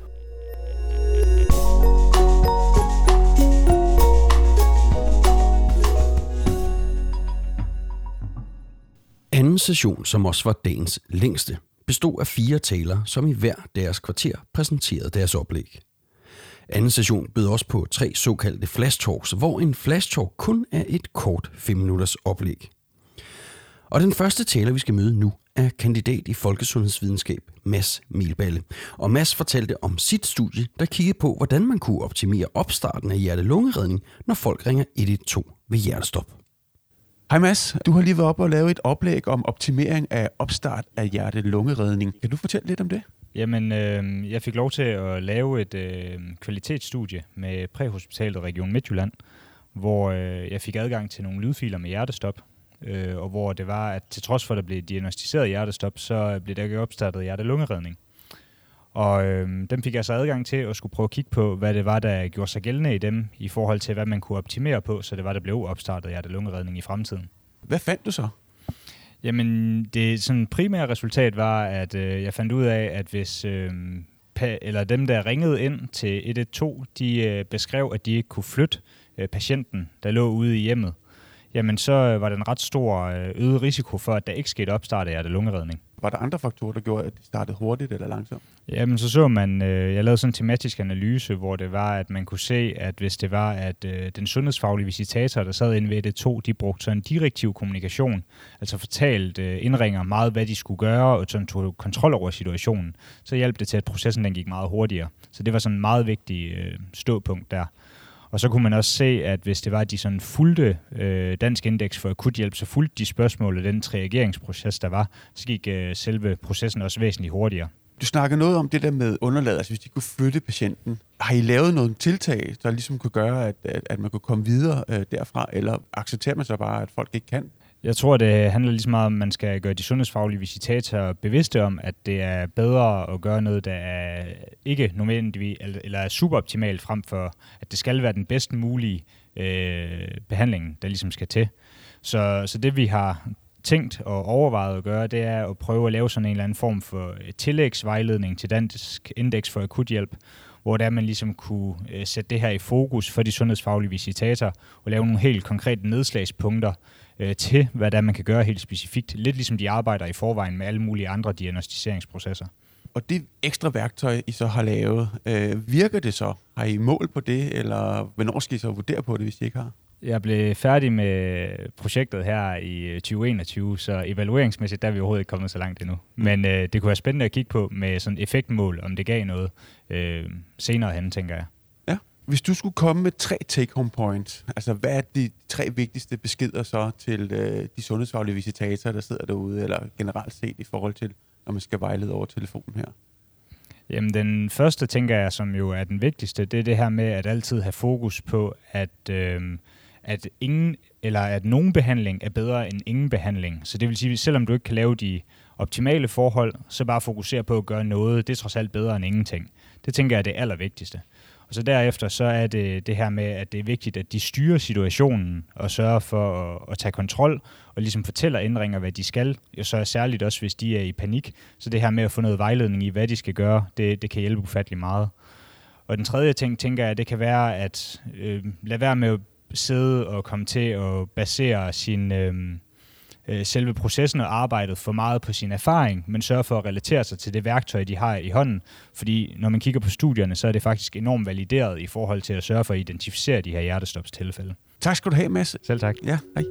S1: Anden session, som også var dagens længste, bestod af 4 talere, som i hver deres kvarter præsenterede deres oplæg. Anden session bød også på 3 såkaldte flash talks, hvor en flash talk kun er et kort 5-minutters oplæg. Og den første taler, vi skal møde nu, er kandidat i folkesundhedsvidenskab, Mads Melballe. Og Mads fortalte om sit studie, der kiggede på, hvordan man kunne optimere opstarten af hjerte-lungeredning, når folk ringer 112 ved hjertestop.
S7: Hej Mads, du har lige været oppe og lavet et oplæg om optimering af opstart af hjerte-lungeredning. Kan du fortælle lidt om det?
S8: Jamen, jeg fik lov til at lave et kvalitetsstudie med Præhospitalet Region Midtjylland, hvor jeg fik adgang til nogle lydfiler med hjertestop, og hvor det var, at til trods for, at der blev diagnostiseret hjertestop, så blev der ikke opstartet hjerte-lungeredning. Og dem fik jeg så adgang til at skulle prøve at kigge på, hvad det var, der gjorde sig gældende i dem, i forhold til, hvad man kunne optimere på, så det var, der blev opstartet hjerte-lungeredning i fremtiden. Hvad fandt du så? Jamen, det sådan primære resultat var, at jeg fandt ud af, at hvis eller dem, der ringede ind til 112, de beskrev, at de ikke kunne flytte patienten, der lå ude i hjemmet, jamen så var der en ret stor øget risiko for, at der ikke skete opstart af hjerte-lungeredning. Var der andre faktorer, der gjorde, at det startede hurtigt eller langsomt? Jamen så man, jeg lavede sådan en tematisk analyse, hvor det var, at man kunne se, at hvis det var, at den sundhedsfaglige visitator, der sad inde ved 112, de brugte sådan en direktiv kommunikation, altså fortalt indringer meget, hvad de skulle gøre, og sådan tog kontrol over situationen, så hjalp det til, at processen den gik meget hurtigere. Så det var sådan en meget vigtig ståpunkt der. Og så kunne man også se, at hvis det var, at de sådan fulgte Dansk Indeks for Akuthjælp, så fulgte de spørgsmål af den triageringsproces, der var, så gik selve processen også væsentligt hurtigere.
S7: Du snakker noget om det der med underlaget, altså hvis de kunne flytte patienten. Har I lavet nogle tiltag, der ligesom kunne gøre, at man kunne komme videre derfra, eller accepterer man så bare, at folk ikke kan?
S8: Jeg tror, det handler lige så meget om, at man skal gøre de sundhedsfaglige visitatorer bevidste om, at det er bedre at gøre noget, der er ikke nødvendigvis eller er superoptimalt, frem for, at det skal være den bedst mulige behandling, der ligesom skal til. Så det, vi har tænkt og overvejet at gøre, det er at prøve at lave sådan en eller anden form for tillægsvejledning til Dansk Indeks for Akuthjælp, hvor der man ligesom kunne sætte det her i fokus for de sundhedsfaglige visitatorer og lave nogle helt konkrete nedslagspunkter til, hvad der man kan gøre helt specifikt. Lidt ligesom de arbejder i forvejen med alle mulige andre diagnostiseringsprocesser.
S7: Og det ekstra værktøj, I så har lavet, virker det så? Har I mål på det, eller hvornår skal I så vurdere på det, hvis I ikke har?
S8: Jeg blev færdig med projektet her i 2021, så evalueringsmæssigt der er vi overhovedet ikke kommet så langt endnu. Men det kunne være spændende at kigge på med sådan effektmål, om det gav noget senere hen, tænker jeg.
S7: Ja. Hvis du skulle komme med 3 take-home points, altså hvad er de 3 vigtigste beskeder så til de sundhedsfaglige visitatorer, der sidder derude, eller generelt set i forhold til, når man skal vejlede over telefonen her?
S8: Jamen den første, tænker jeg, som jo er den vigtigste, det er det her med at altid have fokus på, at ingen eller at nogen behandling er bedre end ingen behandling. Så det vil sige, at selvom du ikke kan lave de optimale forhold, så bare fokusere på at gøre noget. Det er trods alt bedre end ingenting. Det tænker jeg er det allervigtigste. Og så derefter så er det her med, at det er vigtigt, at de styrer situationen og sørger for at tage kontrol og ligesom fortæller ændringer, hvad de skal. Og så særligt også, hvis de er i panik. Så det her med at få noget vejledning i, hvad de skal gøre, det kan hjælpe ufattelig meget. Og den tredje ting, tænker jeg, det kan være at lade være med at sidde og komme til at basere sin selve processen og arbejdet for meget på sin erfaring, men sørge for at relatere sig til det værktøj, de har i hånden. Fordi når man kigger på studierne, så er det faktisk enormt valideret i forhold til at sørge for at identificere de her hjertestopstilfælde.
S7: Tak skal du have, Mads.
S8: Selv tak.
S7: Ja, hej.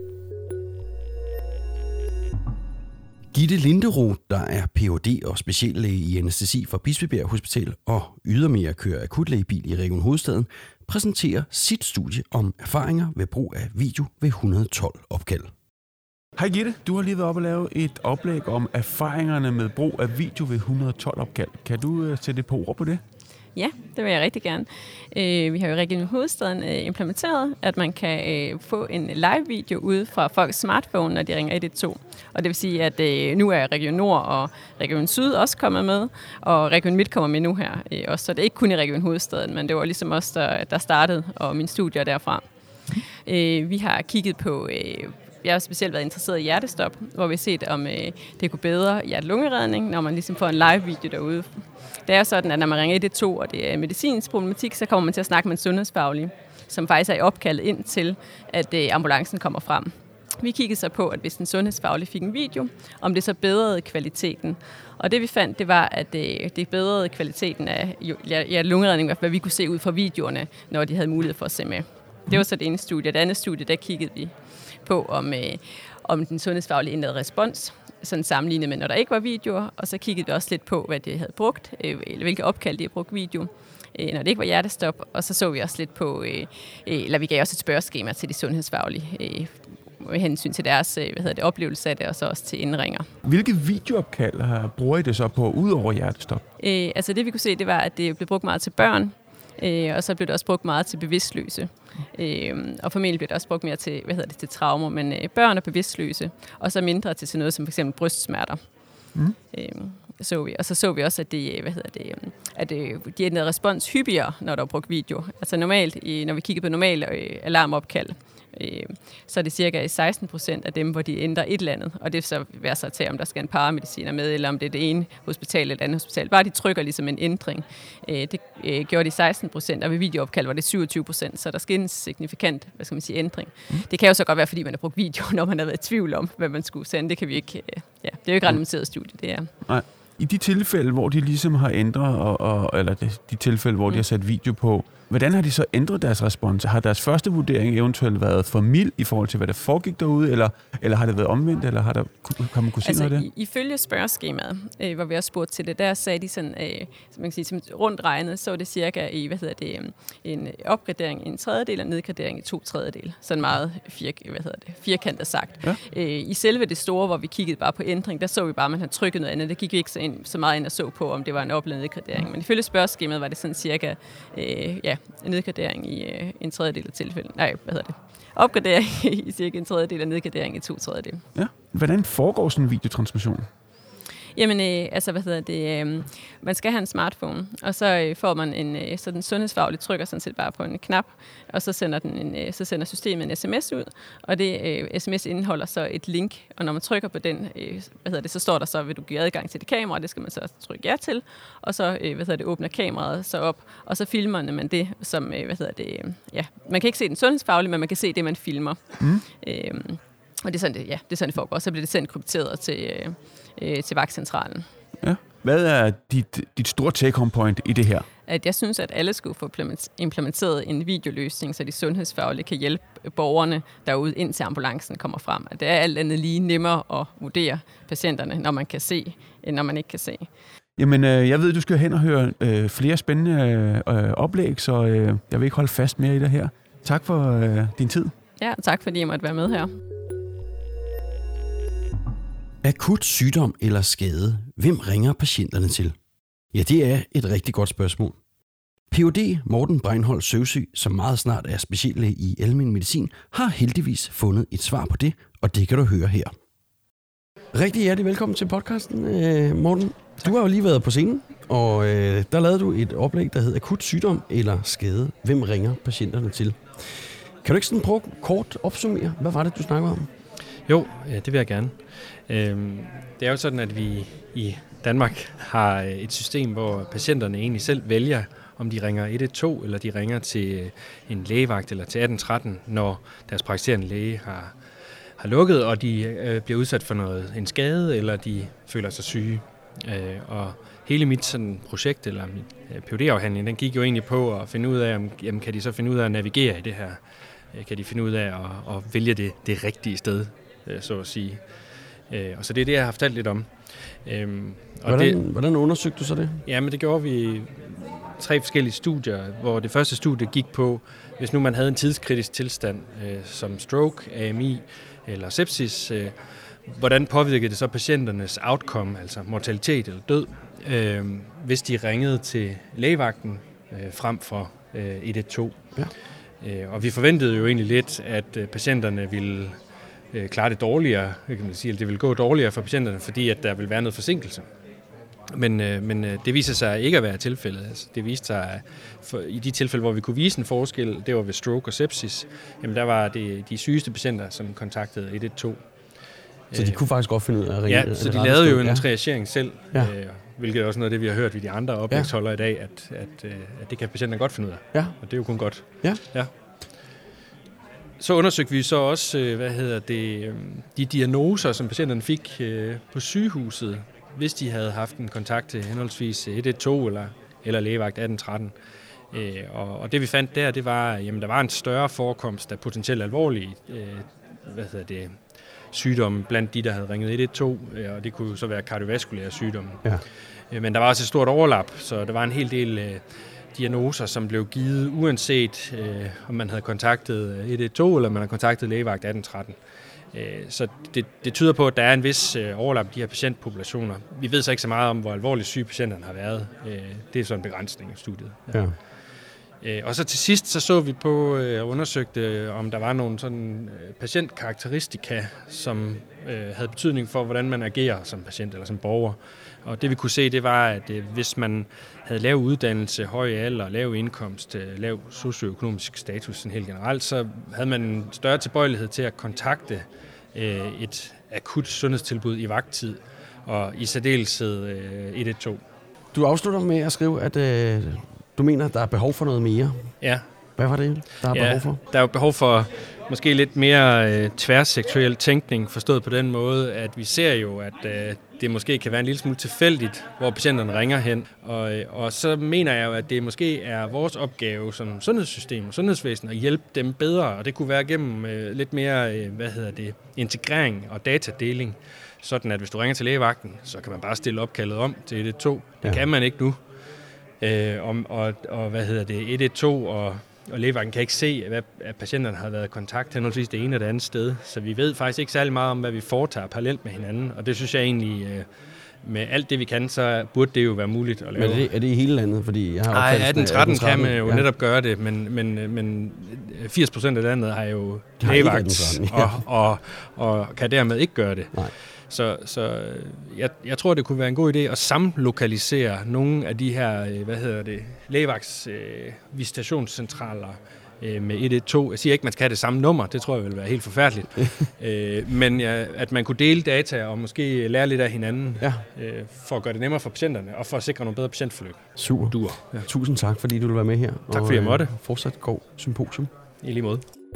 S1: Gitte Linderoth, der er Ph.D. og speciallæge i anæstesi fra Bispebjerg Hospital og ydermere kører akutlægebil i Region Hovedstaden, præsenterer sit studie om erfaringer ved brug af video ved 112 opkald.
S7: Hej Gitte, du har lige været op og lave et oplæg om erfaringerne med brug af video ved 112 opkald. Kan du sætte et par ord på det?
S9: Ja, det vil jeg rigtig gerne. Vi har jo i Region Hovedstaden implementeret, at man kan få en live-video ude fra folks smartphone, når de ringer 112. Og det vil sige, at nu er Region Nord og Region Syd også kommet med, og Region Midt kommer med nu her også. Så det er ikke kun i Region Hovedstaden, men det var ligesom os, der startede, og mine studier derfra. Vi har kigget på... Jeg har specielt været interesseret i hjertestop, hvor vi har set, om det kunne bedre hjerte-lungeredning, når man ligesom får en live-video derude. Det er sådan, at når man ringer 112, og det er medicinsk problematik, så kommer man til at snakke med en sundhedsfaglig, som faktisk er i opkaldet ind til, at ambulancen kommer frem. Vi kiggede så på, at hvis en sundhedsfaglig fik en video, om det så bedrede kvaliteten. Og det vi fandt, det var, at det bedrede kvaliteten af hjerte-lungeredning, hvad vi kunne se ud fra videoerne, når de havde mulighed for at se med. Det var så det ene studie. Det andet studie, der kiggede vi på, om den sundhedsfaglige ændrede respons, sådan sammenlignet med, når der ikke var videoer, og så kiggede vi også lidt på, hvad de havde brugt, eller hvilke opkald de havde brugt video, når det ikke var hjertestop, og så vi også lidt på, eller vi gav også et spørgeskema til de sundhedsfaglige, med hensyn til deres oplevelse af det, og så også til indringer.
S7: Hvilke videoopkald bruger I det så på, ud over hjertestop?
S9: Altså det vi kunne se, det var, at det blev brugt meget til børn, og så blev det også brugt meget til bevidstløse. Og formentlig blev det også brugt mere til, til traumer, men børn og bevidstløse, og så mindre til noget som f.eks. brystsmerter. Så vi. Og så så vi også, at de ændrede respons hyppigere, når der var brugt video. Altså normalt, når vi kigger på normale alarmopkald, så er det cirka 16% af dem, hvor de ændrer et eller andet. Og det er så værd så at tage, om der skal en paramediciner med, eller om det er det ene hospital eller det andet hospital. Bare de trykker ligesom en ændring. Det gjorde de 16%, og ved videoopkald var det 27%, så der sker en signifikant, ændring. Det kan jo så godt være, fordi man har brugt video, når man har været i tvivl om, hvad man skulle sende. Det kan vi ikke, det er jo ikke randomiseret studie, det er.
S7: Nej. I de tilfælde, hvor de ligesom har ændret, eller de tilfælde, hvor de har sat video på, hvordan har de så ændret deres respons? Har deres første vurdering eventuelt været for mild i forhold til, hvad der foregik derude, eller har det været omvendt, eller kan man kunne se noget af det?
S9: Ifølge spørgeskemaet, hvor vi også spurgte til det, der sagde de sådan, som man kan sige, rundt regnet, så var det cirka i, en opgradering i en tredjedel og nedgradering i 2/3. Sådan meget firkantet sagt. Ja. I selve det store, hvor vi kiggede bare på ændring, der så vi bare, at man havde trykket noget andet. Der gik vi ikke så meget ind og så på, om det var en op- eller nedgradering. Men ifølge spørgeskemaet var det sådan cirka en nedgradering i en tredjedel af tilfælden. Nej, opgradering i cirka en tredjedel og nedgradering i 2/3.
S7: Ja. Hvordan foregår sådan en videotransmission?
S9: Jamen, man skal have en smartphone, og så får man så den sundhedsfaglige trykker sådan set bare på en knap, og så sender systemet en sms ud, og det sms indeholder så et link, og når man trykker på den, så står der så, vil du give adgang til det kamera, det skal man så trykke ja til, og så åbner kameraet så op, og så filmer man det, som, man kan ikke se den sundhedsfaglige, men man kan se det, man filmer. Og det er sådan, det sådan, det foregår. Så bliver det sendt krypteret til vagtcentralen.
S7: Ja. Hvad er dit store take-home point i det her?
S9: At jeg synes, at alle skulle få implementeret en videoløsning, så de sundhedsfaglige kan hjælpe borgerne derude, indtil ambulancen kommer frem. At det er alt andet lige nemmere at vurdere patienterne, når man kan se, end når man ikke kan se.
S7: Jamen, jeg ved, du skal hen og høre flere spændende oplæg, så jeg vil ikke holde fast mere i det her. Tak for din tid.
S9: Ja, tak fordi jeg måtte være med her.
S1: Akut sygdom eller skade. Hvem ringer patienterne til? Ja, det er et rigtig godt spørgsmål. Ph.D. Morten Breinholt Søvsø, som meget snart er speciallæge i almen medicin, har heldigvis fundet et svar på det, og det kan du høre her. Rigtig hjertelig velkommen til podcasten, Morten. Du har jo lige været på scenen, og der lavede du et oplæg, der hed Akut sygdom eller skade. Hvem ringer patienterne til? Kan du ikke sådan prøve kort opsummere? Hvad var det, du snakkede om?
S10: Jo, det vil jeg gerne. Det er jo sådan, at vi i Danmark har et system, hvor patienterne egentlig selv vælger, om de ringer 112, eller de ringer til en lægevagt eller til 1813, når deres praktiserende læge har lukket, og de bliver udsat for en skade, eller de føler sig syge. Og hele mit sådan projekt, eller min Ph.D.-afhandling, den gik jo egentlig på at finde ud af, om kan de så finde ud af at navigere i det her? Kan de finde ud af at vælge det rigtige sted, så at sige? Og så det er det, jeg har fortalt lidt om.
S1: Hvordan undersøgte du så det?
S10: Ja, men det gjorde vi i 3 forskellige studier, hvor det første studie gik på, hvis nu man havde en tidskritisk tilstand, som stroke, AMI eller sepsis, hvordan påvirkede det så patienternes outcome, altså mortalitet eller død, hvis de ringede til lægevagten frem for 112. Ja. Og vi forventede jo egentlig lidt, at patienterne ville klare det dårligere, kan man sige, at det ville gå dårligere for patienterne, fordi at der ville være noget forsinkelse. Men det viser sig ikke at være tilfældet. Altså, det viste sig, i de tilfælde, hvor vi kunne vise en forskel, det var ved stroke og sepsis, jamen der var det de sygeste patienter, som kontaktede 112.
S1: Så de kunne faktisk godt finde ud af at ringe?
S10: Ja, så de lavede jo en triagering selv, hvilket er også noget af det, vi har hørt ved de andre oplægsholdere i dag, at det kan patienterne godt finde ud af. Ja. Og det er jo kun godt. Ja. Så undersøgte vi så også, de diagnoser, som patienterne fik på sygehuset, hvis de havde haft en kontakt til henholdsvis 112 eller lægevagt 1813. Og det vi fandt der, det var, jamen der var en større forekomst af potentielt alvorlige sygdomme blandt de, der havde ringet 112, og det kunne så være kardiovaskulære sygdomme. Ja. Men der var også et stort overlap, så der var en hel del diagnoser, som blev givet uanset om man havde kontaktet 112 eller man havde kontaktet lægevagt 1813. Så det tyder på, at der er en vis overlap i de her patientpopulationer. Vi ved så ikke så meget om, hvor alvorligt syge patienterne har været. Det er så en begrænsning af studiet. Ja. Og så til sidst så vi på og undersøgte, om der var nogle sådan patientkarakteristika, som havde betydning for, hvordan man agerer som patient eller som borger. Og det vi kunne se, det var, at hvis man havde lav uddannelse, høj alder, lav indkomst, lav socioøkonomisk status helt generelt, så havde man en større tilbøjelighed til at kontakte et akut sundhedstilbud i vagttid, og i særdeleshed 112.
S1: Du afslutter med at skrive, at du mener, at der er behov for noget mere.
S10: Ja.
S1: Hvad var det, der er behov for?
S10: Der er jo behov for måske lidt mere tværsektoriel tænkning, forstået på den måde, at vi ser jo, at det måske kan være en lille smule tilfældigt, hvor patienterne ringer hen. Og så mener jeg jo, at det måske er vores opgave som sundhedssystem og sundhedsvæsen at hjælpe dem bedre, og det kunne være gennem lidt mere integrering og datadeling, sådan at hvis du ringer til lægevagten, så kan man bare stille opkaldet om til 112. Det kan man ikke nu. 112 og lægevagten kan ikke se, at patienterne har været i kontakt henholdsvis det ene og det andet sted. Så vi ved faktisk ikke særlig meget om, hvad vi foretager parallelt med hinanden. Og det synes jeg egentlig, med alt det vi kan, så burde det jo være muligt at lave.
S1: Men er det i hele landet? Fordi jeg har
S10: nej, 1813 kan man jo netop gøre det, men 80% af landet har jo lægevagt og kan dermed ikke gøre det. Nej. Så jeg tror, det kunne være en god idé at samlokalisere nogle af de her, lægevagtsvisitationscentraler med 112. Jeg siger ikke, man skal have det samme nummer, det tror jeg vil være helt forfærdeligt. Men at man kunne dele data og måske lære lidt af hinanden, for at gøre det nemmere for patienterne og for at sikre nogle bedre patientforløb.
S1: Super. Ja. Tusind tak, fordi du vil være med her.
S10: Tak fordi jeg måtte.
S1: Fortsat god symposium.
S10: I lige måde.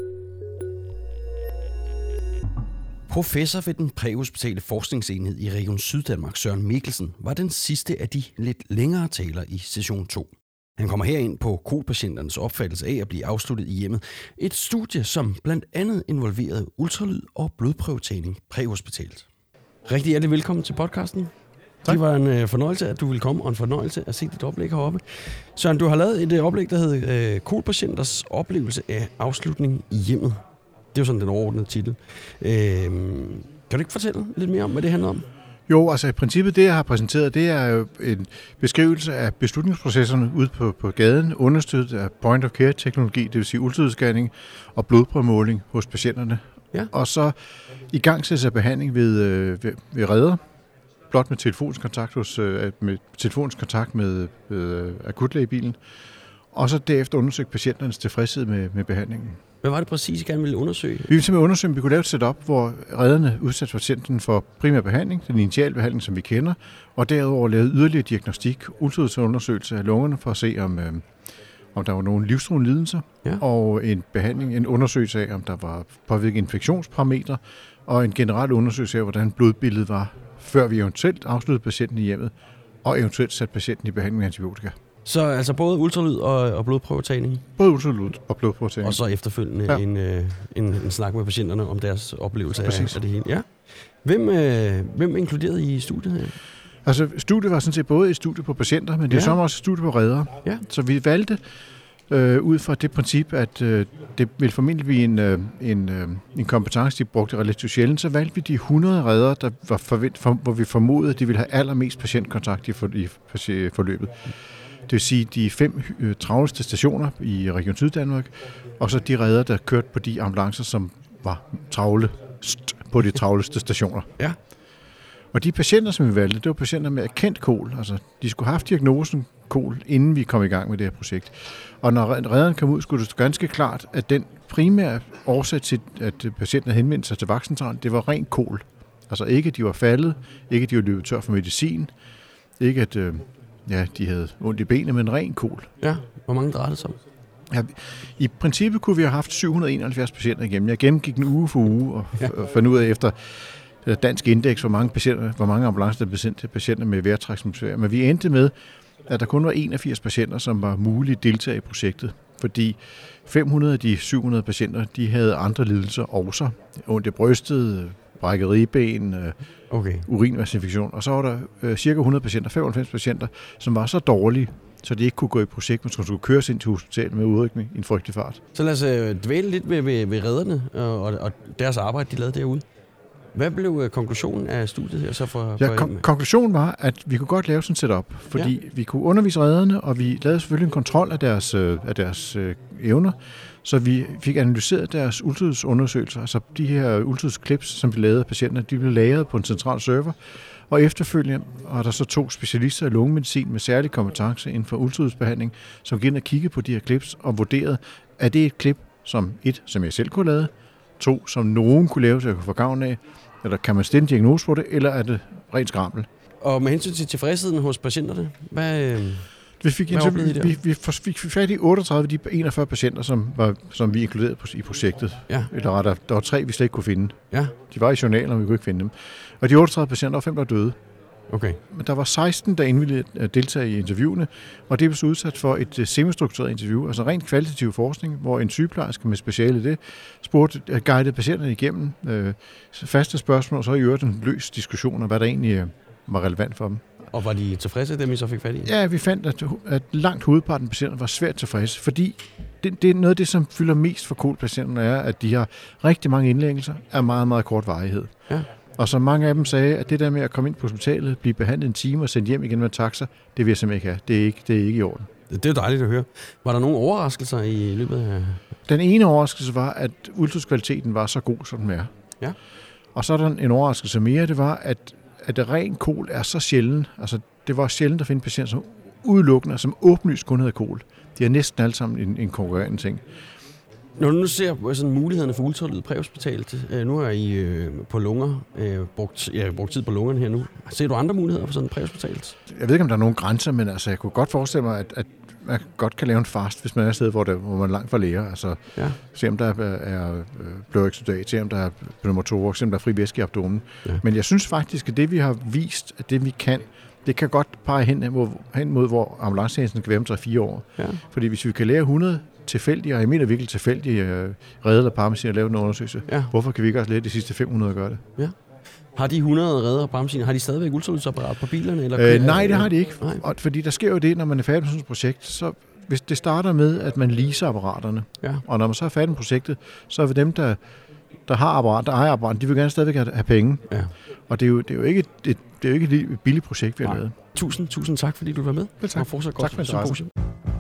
S1: Professor ved den præhospitale forskningsenhed i Region Syddanmark, Søren Mikkelsen, var den sidste af de lidt længere taler i session 2. Han kommer her ind på KOL-patienternes opfattelse af at blive afsluttet i hjemmet. Et studie, som blandt andet involverede ultralyd og blodprøvetagning præhospitalt. Rigtig hjertelig velkommen til podcasten. Tak. Det var en fornøjelse, at du ville komme, og en fornøjelse at se dit oplæg heroppe. Søren, du har lavet et oplæg, der hedder KOL-patienters oplevelse af afslutning i hjemmet. Det er jo sådan den overordnede titel. Kan du ikke fortælle lidt mere om, hvad det handler om?
S11: Jo, altså i princippet det, jeg har præsenteret, det er jo en beskrivelse af beslutningsprocesserne ude på gaden, understøttet af point-of-care-teknologi, det vil sige ultralydsscanning og blodprøvemåling hos patienterne. Ja. Og så igangsættelse af behandling ved redder, blot med telefonisk kontakt med akutlægebilen, og så derefter undersøge patienternes tilfredshed med behandlingen.
S1: Hvad var det præcis, I gerne ville undersøge?
S11: Vi ville simpelthen undersøge, om vi kunne lave et setup, hvor redderne udsætter patienten for primær behandling, den initiale behandling, som vi kender, og derudover lavede yderligere diagnostik, ultralydsundersøgelse af lungerne, for at se, om der var nogle livstruende lidelser, og en undersøgelse af, om der var påvirket infektionsparametre, og en generel undersøgelse af, hvordan blodbilledet var, før vi eventuelt afsluttede patienten i hjemmet, og eventuelt satte patienten i behandling med antibiotika.
S1: Så altså både ultralyd og blodprøvetagning?
S11: Både ultralyd og blodprøvetagning.
S1: Og så efterfølgende en snak med patienterne om deres oplevelse af det hele. Ja. Hvem inkluderede I studiet her?
S11: Altså studiet var sådan set både et studie på patienter, men det er så også et studie på reddere. Ja. Så vi valgte ud fra det princip, at det ville formentlig blive en kompetence, de brugte relativt sjældent, så valgte vi de 100 reddere, der var hvor vi formodede, at de ville have allermest patientkontakt i forløbet. Det vil sige de 5 travleste stationer i Region Syddanmark, og så de redder, der kørte på de ambulancer, som var travle på de travleste stationer. Ja. Og de patienter, som vi valgte, det var patienter med erkendt KOL. Altså, de skulle have haft diagnosen KOL, inden vi kom i gang med det her projekt. Og når redderen kom ud, skulle det stå ganske klart, at den primære årsag til, at patienten havde henvendt sig til vagtcentralen, det var ren KOL. Altså ikke, at de var faldet, ikke, at de var løbet tør for medicin, ikke, at de havde ondt i benene, men ren KOL.
S1: Ja, hvor mange drejede det sig om?
S11: Ja, i princippet kunne vi have haft 771 patienter igennem. Jeg gennemgik en uge for uge og fandt ud af efter dansk indeks, hvor mange ambulancer der blev sendt til patienter med vejrtræksbesvær. Men vi endte med, at der kun var 81 patienter, som var mulige deltagere i projektet. Fordi 500 af de 700 patienter, de havde andre lidelser også. Ondt i brystet, brækket ribben, urinvejsinfektion. Og så var der cirka 100 patienter, 95 patienter, som var så dårlige, så de ikke kunne gå i projekt, men skulle køres ind til hospitalet med udrykning i en frygtelig fart.
S1: Så lad os dvæle lidt ved redderne og deres arbejde, de lavede derude. Hvad blev konklusionen af studiet her så for
S11: konklusionen var, at vi kunne godt lave sådan et setup, fordi vi kunne undervise redderne, og vi lavede selvfølgelig en kontrol af deres evner, så vi fik analyseret deres ultralydsundersøgelser, altså de her ultralydsklips, som vi lavede af patienterne, de blev lagret på en central server, og efterfølgende var der så 2 specialister i lungemedicin med særlig kompetence inden for ultralydsbehandling, som gik ind og kiggede på de her klips og vurderede, er det et klip, som jeg selv kunne lave, 2, som nogen kunne lave, så jeg kunne få gavn af, eller kan man stille en diagnose på det, eller er det rent skrammel?
S1: Og med hensyn til tilfredsheden hos patienterne, hvad...
S11: Vi fik fat i 38 af de 41 patienter, som vi inkluderede i projektet.
S2: Ja.
S11: Eller der var 3, vi slet ikke kunne finde.
S2: Ja.
S11: De var i journalen, og vi kunne ikke finde dem. Og de 38 patienter, der var 5, der døde.
S2: Okay.
S11: Men der var 16, der indvilligede at deltage i interviewene, og det blev så udsat for et semistruktureret interview, altså rent kvalitativ forskning, hvor en sygeplejerske med speciale i det guidede patienterne igennem faste spørgsmål, og så i øvrigt en løs diskussion om, hvad der egentlig var relevant for dem.
S2: Og var de tilfredse, dem I så fik fat i?
S11: Ja, vi fandt, at langt hovedparten af patienterne var svært tilfredse, fordi det er noget af det, som fylder mest for KOL-patienterne, er, at de har rigtig mange indlæggelser af meget, meget kort varighed.
S2: Ja.
S11: Og så mange af dem sagde, at det der med at komme ind på hospitalet, blive behandlet en time og sendt hjem igen med taxa, det vil jeg simpelthen ikke have. Det er ikke i orden.
S2: Det er jo dejligt at høre. Var der nogle overraskelser i løbet af...
S11: Den ene overraskelse var, at ultralydskvaliteten var så god, som den er.
S2: Ja.
S11: Og så er der en overraskelse mere, det var, at ren KOL er så sjælden. Altså, det var sjældent at finde patienter, som udelukkende, som åbenlyst kun havde KOL. De har næsten alle sammen en konkurrerende ting.
S2: Når du nu ser på sådan mulighederne for ultralyd præhospitalet, nu har I på lunger, brugt tid på lungerne her nu. Ser du andre muligheder for sådan præhospitalet?
S11: Jeg ved ikke, om der er nogen grænser, men altså, jeg kunne godt forestille mig, at man godt kan lave en fast, hvis man er et sted, hvor man er langt fra læger. Altså, se om der er blodexudat, se om der er pneumotorix, se om der er fri væske i abdomen. Ja. Men jeg synes faktisk, at det vi har vist, at det vi kan, det kan godt pege hen mod hvor ambulancetjenesten skal være om 3-4 år. Ja. Fordi hvis vi kan lære 100 tilfældige, og jeg mener virkelig tilfældige, redder eller parmesan at lave en undersøgelse, hvorfor kan vi ikke også lære de sidste 500 at gøre det? Ja.
S2: Har de 100 redder og parmesan, har de stadigvæk ultralydsapparat på bilerne? Eller
S11: nej, det har de ikke. Og fordi der sker jo det, når man er færdig med sådan et projekt, så hvis det starter med, at man leaser apparaterne, og når man så er færdig med projektet, så er dem, der ejer apparaten, de vil gerne stadigvæk have penge. Ja. Og det er jo ikke et billigt projekt, vi har lavet.
S2: Tusind tak, fordi du var med.
S11: Ja, tak.
S2: Og fortsat godt
S11: tak for symposium.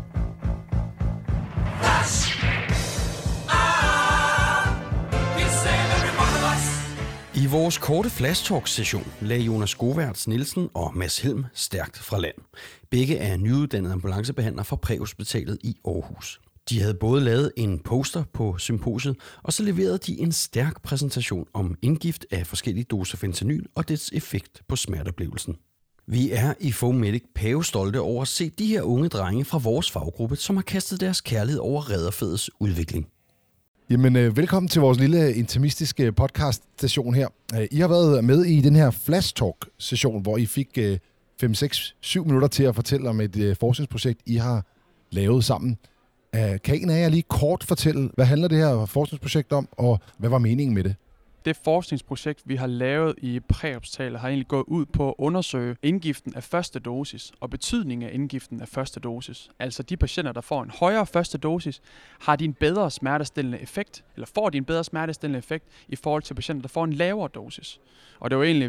S1: I vores korte Flash Talk-session lagde Jonas Skoværts Nielsen og Mads Helm stærkt fra land. Begge er nyuddannede ambulancebehandlere fra præhospitalet i Aarhus. De havde både lavet en poster på symposiet, og så leverede de en stærk præsentation om indgift af forskellige doser fentanyl og dets effekt på smerteoplevelsen. Vi er i FOMedic pavestolte over at se de her unge drenge fra vores faggruppe, som har kastet deres kærlighed over Rædderfedets udvikling.
S2: Jamen, velkommen til vores lille intimistiske podcast-station her. I har været med i den her Flash Talk-session, hvor I fik 5, 6, 7 minutter til at fortælle om et forskningsprojekt, I har lavet sammen. Kan en af jer lige kort fortælle, hvad handler det her forskningsprojekt om, og hvad var meningen med det?
S12: Det forskningsprojekt, vi har lavet i præhospitalet, har egentlig gået ud på at undersøge indgiften af første dosis og betydningen af indgiften af første dosis. Altså de patienter, der får en højere første dosis, har de en bedre smertestillende effekt, eller får de en bedre smertestillende effekt i forhold til patienter, der får en lavere dosis. Og det var egentlig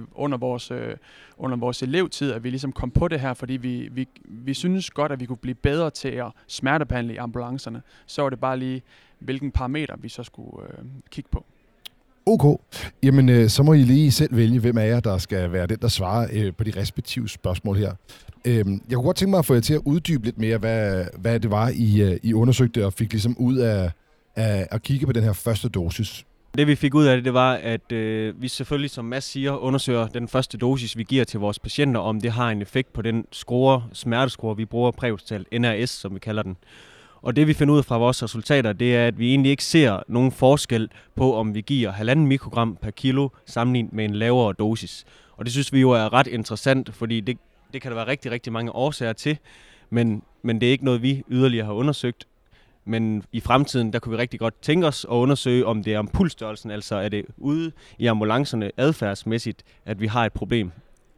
S12: under vores elevtid, at vi ligesom kom på det her, fordi vi synes godt, at vi kunne blive bedre til at smertebehandle i ambulancerne. Så var det bare lige, hvilken parameter vi så skulle kigge på.
S2: Okay. Jamen, så må I lige selv vælge, hvem af jer, der skal være den, der svarer på de respektive spørgsmål her. Jeg kunne godt tænke mig at få jer til at uddybe lidt mere, hvad det var, I undersøgte og fik ligesom ud af at kigge på den her første dosis.
S13: Det vi fik ud af det var, at vi selvfølgelig, som Mads siger, undersøger den første dosis, vi giver til vores patienter, om det har en effekt på den smertescore, vi bruger præhospitalt, NRS, som vi kalder den. Og det vi finder ud fra vores resultater, det er, at vi egentlig ikke ser nogen forskel på, om vi giver 1,5 mikrogram per kilo sammenlignet med en lavere dosis. Og det synes vi jo er ret interessant, fordi det kan der være rigtig, rigtig mange årsager til, men det er ikke noget, vi yderligere har undersøgt. Men i fremtiden, der kunne vi rigtig godt tænke os at undersøge, om det er impulsstørrelsen, altså er det ude i ambulancerne adfærdsmæssigt, at vi har et problem.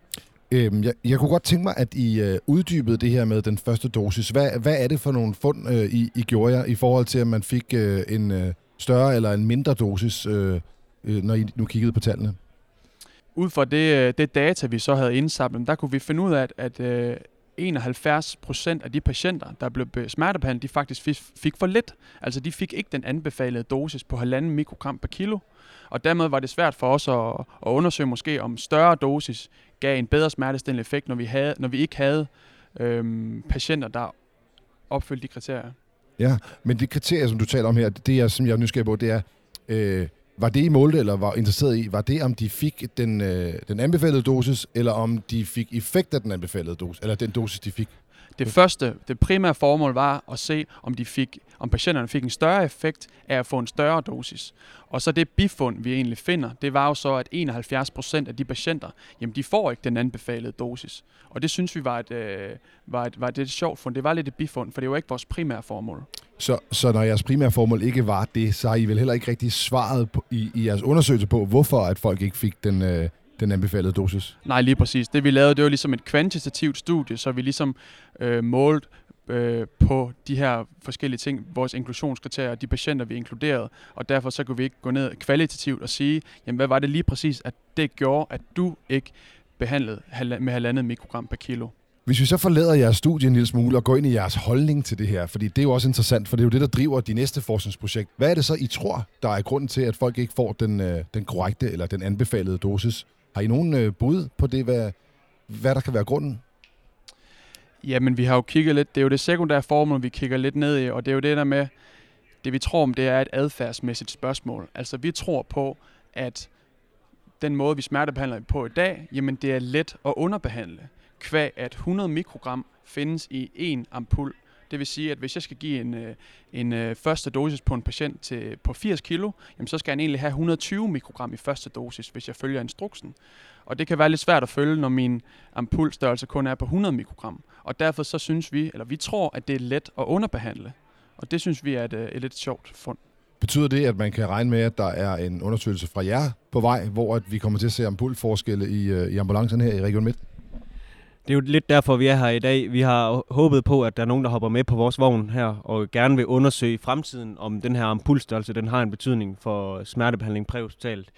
S2: Jeg kunne godt tænke mig, at I uddybede det her med den første dosis. Hvad er det for nogle fund, I gjorde jer i forhold til, at man fik en større eller en mindre dosis, når I nu kiggede på tallene?
S12: Ud fra det data, vi så havde indsamlet, der kunne vi finde ud af, at 71% af de patienter, der blev smertebehandlet, de faktisk fik for lidt. Altså de fik ikke den anbefalede dosis på 1,5 mikrogram per kilo. Og dermed var det svært for os at undersøge måske, om større dosis gav en bedre smertestillende effekt, når vi ikke havde patienter, der opfyldte de kriterier. Ja,
S2: men de kriterier, som du taler om her, det er, som jeg er nysgerrig på, det er, var det I målte, eller var interesseret i, var det, om de fik den anbefalede dosis, eller om de fik effekt af den anbefalede dosis, eller den dosis, de fik?
S12: Det primære formål var at se, om patienterne fik en større effekt af at få en større dosis. Og så det bifund, vi egentlig finder, det var jo så, at 71% af de patienter, jamen de får ikke den anbefalede dosis. Og det synes vi var et sjovt fund. Det var lidt et bifund, for det var ikke vores primære formål.
S2: Så når jeres primære formål ikke var det, så har I vel heller ikke rigtig svaret i jeres undersøgelse på, hvorfor at folk ikke fik den anbefalede dosis?
S12: Nej, lige præcis. Det vi lavede, det var ligesom et kvantitativt studie, så vi ligesom målte på de her forskellige ting, vores inklusionskriterier, de patienter, vi inkluderede, og derfor så kunne vi ikke gå ned kvalitativt og sige, jamen hvad var det lige præcis, at det gjorde, at du ikke behandlede med 1,5 mikrogram per kilo.
S2: Hvis vi så forlader jeres studie en lille smule og går ind i jeres holdning til det her, fordi det er jo også interessant, for det er jo det, der driver de næste forskningsprojekt. Hvad er det så, I tror, der er grunden til, at folk ikke får den korrekte eller den anbefalede dosis? Har I nogen bud på det, hvad der kan være grunden?
S12: Jamen, vi har jo kigget lidt. Det er jo det sekundære formål, vi kigger lidt ned i, og det er jo det der med, det vi tror om, det er et adfærdsmæssigt spørgsmål. Altså, vi tror på, at den måde, vi smertebehandler på i dag, jamen, det er let at underbehandle. Kvæg at 100 mikrogram findes i en ampul. Det vil sige, at hvis jeg skal give en første dosis på en patient på 80 kilo, jamen så skal han egentlig have 120 mikrogram i første dosis, hvis jeg følger instruksen. Og det kan være lidt svært at følge, når min ampulstørrelse kun er på 100 mikrogram. Og derfor så synes vi tror, at det er let at underbehandle. Og det synes vi er et lidt sjovt fund.
S2: Betyder det, at man kan regne med, at der er en undersøgelse fra jer på vej, hvor at vi kommer til at se ampulforskelle i ambulancerne her i Region Midt?
S13: Det er jo lidt derfor, vi er her i dag. Vi har håbet på, at der er nogen, der hopper med på vores vogn her, og gerne vil undersøge i fremtiden, om den her ampulstørrelse den har en betydning for smertebehandling præhospitalt.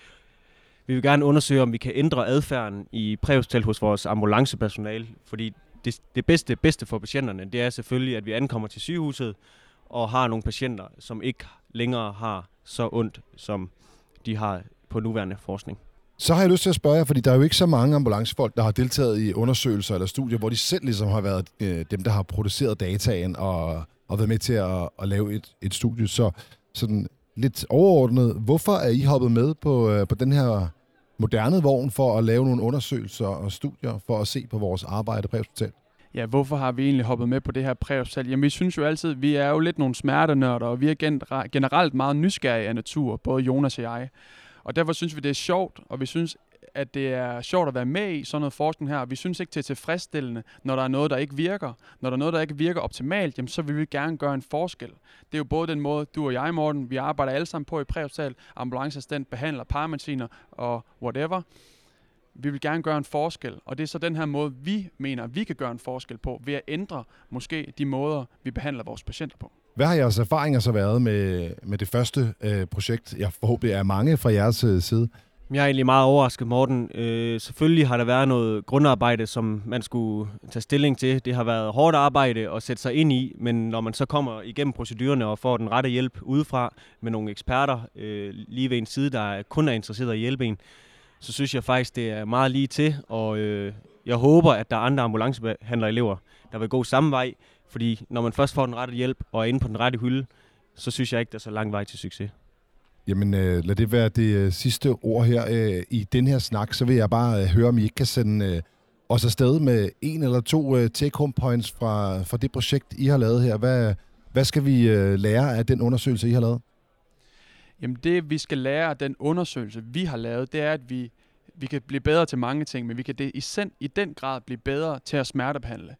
S13: Vi vil gerne undersøge, om vi kan ændre adfærden i præhospitalt hos vores ambulancepersonale, fordi det bedste for patienterne, det er selvfølgelig, at vi ankommer til sygehuset og har nogle patienter, som ikke længere har så ondt, som de har på nuværende forskning.
S2: Så har jeg lyst til at spørge jer, fordi der er jo ikke så mange ambulancefolk, der har deltaget i undersøgelser eller studier, hvor de selv ligesom har været dem, der har produceret dataen og været med til at lave et studie. Så sådan lidt overordnet, hvorfor er I hoppet med på den her moderne vogn for at lave nogle undersøgelser og studier for at se på vores arbejde præhospitalt?
S12: Ja, hvorfor har vi egentlig hoppet med på det her præhospitalt? Jamen, vi synes jo altid, vi er jo lidt nogle smertenørder, og vi er generelt meget nysgerrige af natur, både Jonas og jeg. Og derfor synes vi, det er sjovt, og vi synes, at det er sjovt at være med i sådan noget forskning her. Vi synes ikke, det er tilfredsstillende, når der er noget, der ikke virker. Når der er noget, der ikke virker optimalt, jamen, så vil vi gerne gøre en forskel. Det er jo både den måde, du og jeg, Morten, vi arbejder alle sammen på i præhospital, ambulanceassistent, behandler, paramediciner og whatever. Vi vil gerne gøre en forskel, og det er så den her måde, vi mener, vi kan gøre en forskel på, ved at ændre måske de måder, vi behandler vores patienter på.
S2: Hvad har jeres erfaringer så været med det første projekt? Jeg forhåbentlig er mange fra jeres side.
S13: Jeg er egentlig meget overrasket, Morten. Selvfølgelig har der været noget grundarbejde, som man skulle tage stilling til. Det har været hårdt arbejde at sætte sig ind i, men når man så kommer igennem procedurerne og får den rette hjælp udefra med nogle eksperter lige ved en side, der kun er interesseret i at hjælpe en, så synes jeg faktisk, det er meget lige til, og jeg håber, at der er andre ambulancebehandlerelever, der vil gå samme vej, fordi når man først får den rette hjælp og er inde på den rette hylde, så synes jeg ikke, der er så lang vej til succes.
S2: Jamen, lad det være det sidste ord her i den her snak. Så vil jeg bare høre, om I ikke kan sende os afsted med 1 eller 2 take-home points fra det projekt, I har lavet her. Hvad skal vi lære af den undersøgelse, I har lavet?
S12: Jamen, det vi skal lære af den undersøgelse, vi har lavet, det er, at vi kan blive bedre til mange ting, men vi kan i den grad blive bedre til at smertebehandle.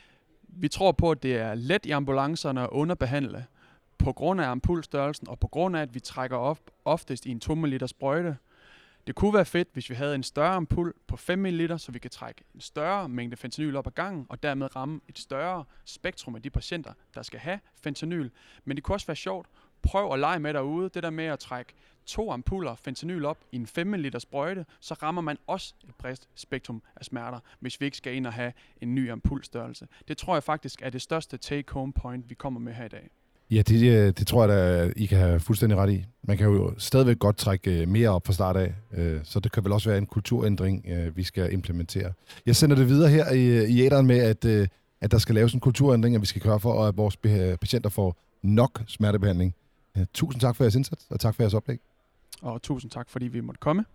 S12: Vi tror på, at det er let i ambulancerne at underbehandle, på grund af ampulstørrelsen, og på grund af, at vi trækker oftest i en 2 ml sprøjte. Det kunne være fedt, hvis vi havde en større ampul på 5 ml, så vi kan trække en større mængde fentanyl op ad gangen, og dermed ramme et større spektrum af de patienter, der skal have fentanyl. Men det kunne også være sjovt. Prøv at lege med derude. Det der med at trække 2 ampuller fentanyl op i en 5 ml sprøjte, så rammer man også et bredt spektrum af smerter, hvis vi ikke skal ind og have en ny ampulstørrelse. Det tror jeg faktisk er det største take-home point, vi kommer med her i dag.
S2: Ja, det tror jeg da, I kan have fuldstændig ret i. Man kan jo stadigvæk godt trække mere op fra start af, så det kan vel også være en kulturændring, vi skal implementere. Jeg sender det videre her i æteren med, at der skal laves en kulturændring, at vi skal gøre for, at vores patienter får nok smertebehandling. Tusind tak for jeres indsats, og tak for jeres oplæg.
S12: Og tusind tak, fordi vi måtte komme.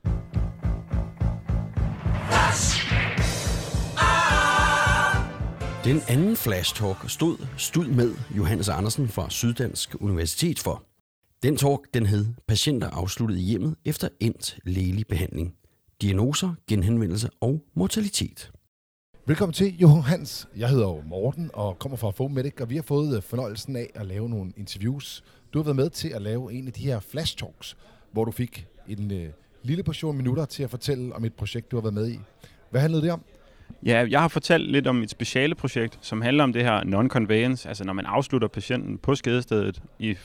S1: Den anden Flash Talk stod med Johannes Andersen fra Syddansk Universitet for. Den talk, den hed Patienter afsluttet i hjemmet efter endt lægelig behandling. Diagnoser, genhenvendelse og mortalitet.
S2: Velkommen til, Johannes. Jeg hedder jo Morten og kommer fra FOMedic, og vi har fået fornøjelsen af at lave nogle interviews. Du har været med til at lave en af de her Flash Talks, hvor du fik en lille portion minutter til at fortælle om et projekt, du har været med i. Hvad handlede det om?
S14: Ja, jeg har fortalt lidt om et speciale projekt, som handler om det her non-conveyance, altså når man afslutter patienten på skadestedet,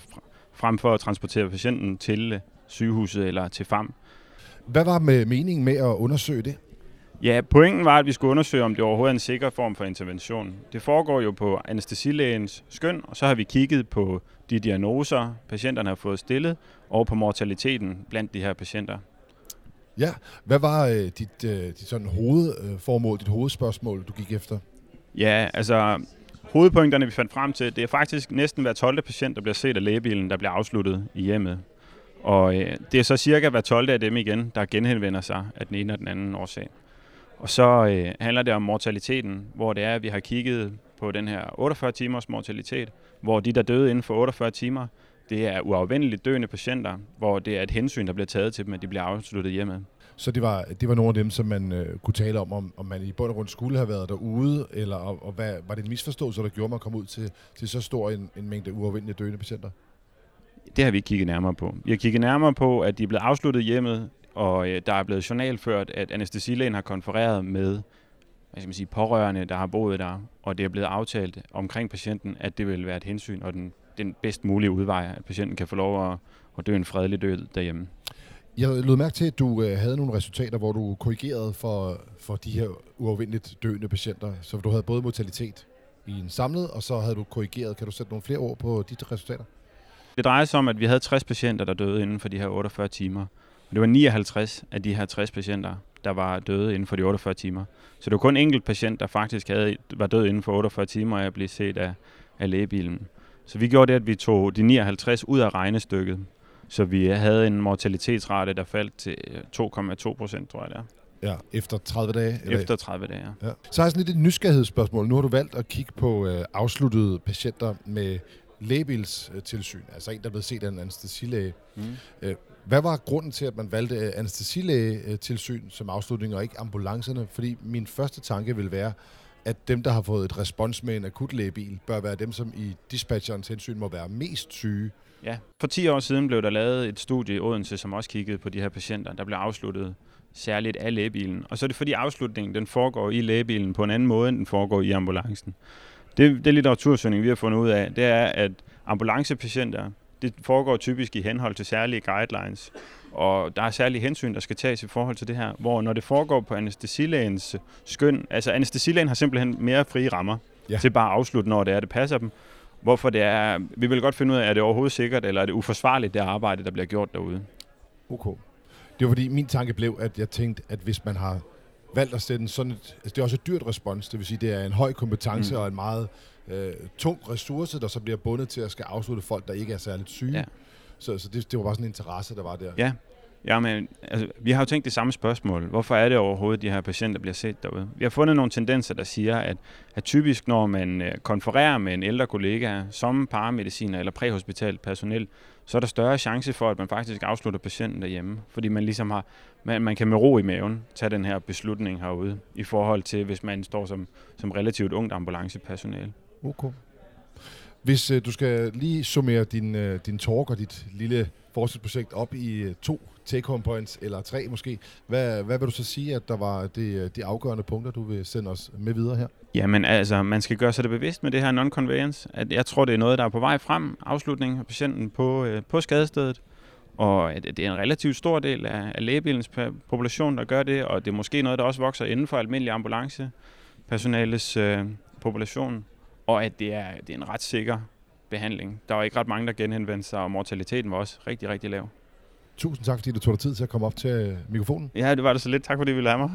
S14: frem for at transportere patienten til sygehuset eller til FAM.
S2: Hvad var meningen med at undersøge det?
S14: Ja, pointen var, at vi skulle undersøge, om det overhovedet er en sikker form for intervention. Det foregår jo på anæstesilægens skøn, og så har vi kigget på de diagnoser, patienterne har fået stillet, og på mortaliteten blandt de her patienter.
S2: Ja, hvad var dit sådan hovedformål, dit hovedspørgsmål, du gik efter?
S14: Ja, altså hovedpunkterne, vi fandt frem til, det er faktisk næsten hver 12. patient, der bliver set af lægebilen, der bliver afsluttet i hjemmet. Og det er så cirka hver 12. af dem igen, der genhenvender sig af den ene og den anden årsag. Og så handler det om mortaliteten, hvor det er, at vi har kigget på den her 48 timers mortalitet, hvor de, der døde inden for 48 timer, det er uafvendeligt døende patienter, hvor det er et hensyn, der bliver taget til dem, at de bliver afsluttet hjemme.
S2: Så det var nogle af dem, som man kunne tale om man i bund og grund skulle have været derude, eller og hvad, var det en misforståelse, der gjorde, at man kom ud til så stor en mængde uafvendeligt døende patienter?
S14: Det har vi kigget nærmere på. Vi har kigget nærmere på, at de er blevet afsluttet hjemmet, og der er blevet journalført, at anæstesilægen har konfereret med pårørende, der har boet der, og det er blevet aftalt omkring patienten, at det vil være et hensyn og den bedst mulige udvej, at patienten kan få lov at dø en fredelig død derhjemme.
S2: Jeg lød mærke til, at du havde nogle resultater, hvor du korrigerede for de her uafvendeligt døende patienter. Så du havde både mortalitet i en samlet, og så havde du korrigeret. Kan du sætte nogle flere ord på de resultater?
S14: Det drejer sig om, at vi havde 60 patienter, der døde inden for de her 48 timer. Og det var 59 af de her 60 patienter, der var døde inden for de 48 timer. Så det var kun en enkelt patient, der faktisk var død inden for 48 timer af at blive set af lægebilen. Så vi gjorde det, at vi tog de 59 ud af regnestykket. Så vi havde en mortalitetsrate, der faldt til 2,2%, tror jeg det er.
S2: Ja, efter 30 dage?
S14: Eller? Efter 30 dage, ja.
S2: Så har jeg sådan lidt et nysgerrighedsspørgsmål. Nu har du valgt at kigge på afsluttede patienter med lægebilstilsyn, altså en, der er blevet set af en anæstesilæge. Hvad var grunden til, at man valgte anæstesilægetilsyn som afslutning og ikke ambulancerne? Fordi min første tanke vil være, at dem, der har fået et respons med en akutlægebil, bør være dem, som i dispatcherens hensyn må være mest syge.
S14: Ja, for 10 år siden blev der lavet et studie i Odense, som også kiggede på de her patienter, der blev afsluttet særligt af lægebilen. Og så er det fordi afslutningen, den foregår i lægebilen på en anden måde, end den foregår i ambulancen. Det litteratursøgning, vi har fundet ud af, det er, at ambulancepatienter, det foregår typisk i henhold til særlige guidelines, og der er særlige hensyn, der skal tages i forhold til det her, hvor når det foregår på anæstesilægens skøn, altså anæstesilægen har simpelthen mere frie rammer til bare at afslutte, når det passer dem. Hvorfor det er, vi vil godt finde ud af, er det overhovedet sikkert, eller er det uforsvarligt, det arbejde, der bliver gjort derude.
S2: Okay. Det var fordi min tanke blev, at jeg tænkte, at hvis man har valgt at sætte sådan et, altså det er også et dyrt respons, det vil sige, det er en høj kompetence og en meget tung ressource, der så bliver bundet til at skal afslutte folk, der ikke er særligt syge. Ja. Så det var bare sådan en interesse, der var der.
S14: Ja, men altså, vi har jo tænkt det samme spørgsmål. Hvorfor er det overhovedet, de her patienter bliver set derude? Vi har fundet nogle tendenser, der siger, at typisk, når man konfererer med en ældre kollega, som paramediciner eller præhospitalt personel, så er der større chance for, at man faktisk afslutter patienten derhjemme. Fordi man ligesom har, man kan med ro i maven tage den her beslutning herude, i forhold til, hvis man står som relativt ungt ambulancepersonale.
S2: Okay. Hvis du skal lige summere din talk og dit lille forskningsprojekt op i 2 take-home points, eller 3 måske, hvad vil du så sige, at der var de afgørende punkter, du vil sende os med videre her?
S14: Jamen altså, man skal gøre sig det bevidst med det her non-conveyance. At jeg tror, det er noget, der er på vej frem, afslutningen af patienten på skadestedet. Og det er en relativt stor del af lægebilens population, der gør det, og det er måske noget, der også vokser inden for almindelig ambulancepersonales population. Og at det er en ret sikker behandling. Der var ikke ret mange, der genhenvendte sig, og mortaliteten var også rigtig, rigtig lav.
S2: Tusind tak, fordi du tog dig tid til at komme op til mikrofonen.
S14: Ja, det var det så lidt. Tak, fordi I ville have mig.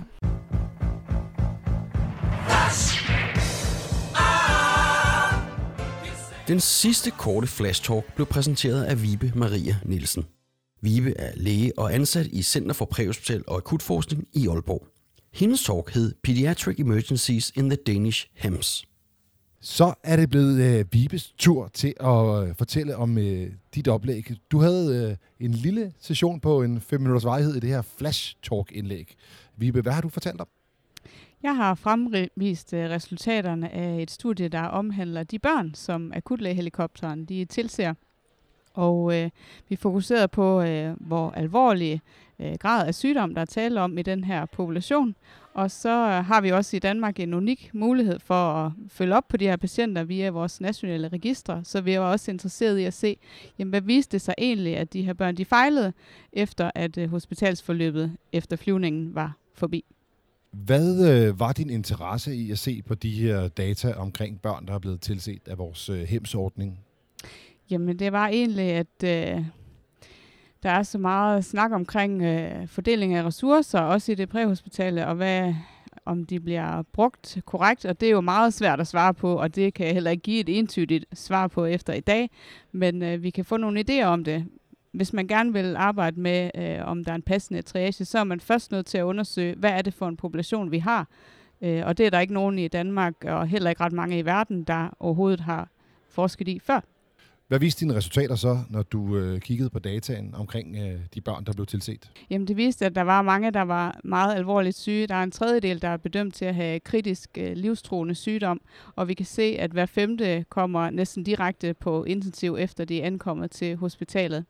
S1: Den sidste korte Flash Talk blev præsenteret af Vibe Maria Nielsen. Vibe er læge og ansat i Center for Præhospital og Akutforskning i Aalborg. Hendes talk hed Pediatric Emergencies in the Danish HEMS.
S2: Så er det blevet Vibes tur til at fortælle om dit oplæg. Du havde en lille session på en 5 minutters varighed i det her Flash Talk-indlæg. Vibe, hvad har du fortalt om?
S15: Jeg har fremvist resultaterne af et studie, der omhandler de børn, som akutlægehelikopteren de tilser. Og vi fokuserede på, hvor alvorlig grad af sygdom, der er tale om i den her population. Og så har vi også i Danmark en unik mulighed for at følge op på de her patienter via vores nationale registre. Så vi er også interesseret i at se, jamen, hvad viste det sig egentlig, at de her børn de fejlede, efter at hospitalsforløbet efter flyvningen var forbi.
S2: Hvad var din interesse i at se på de her data omkring børn, der er blevet tilset af vores HEMS-ordning? Jamen
S15: det var egentlig, at der er så meget snak omkring fordeling af ressourcer, også i det præhospitale, og om de bliver brugt korrekt, og det er jo meget svært at svare på, og det kan jeg heller ikke give et entydigt svar på efter i dag, men vi kan få nogle idéer om det. Hvis man gerne vil arbejde med, om der er en passende triage, så er man først nødt til at undersøge, hvad er det for en population, vi har. Og det er der ikke nogen i Danmark, og heller ikke ret mange i verden, der overhovedet har forsket i før.
S2: Hvad viste dine resultater så, når du kiggede på dataen omkring de børn, der blev tilset?
S15: Jamen det viste, at der var mange, der var meget alvorligt syge. Der er en tredjedel, der er bedømt til at have kritisk livstruende sygdom, og vi kan se, at hver 5. kommer næsten direkte på intensiv, efter de er ankommet til hospitalet.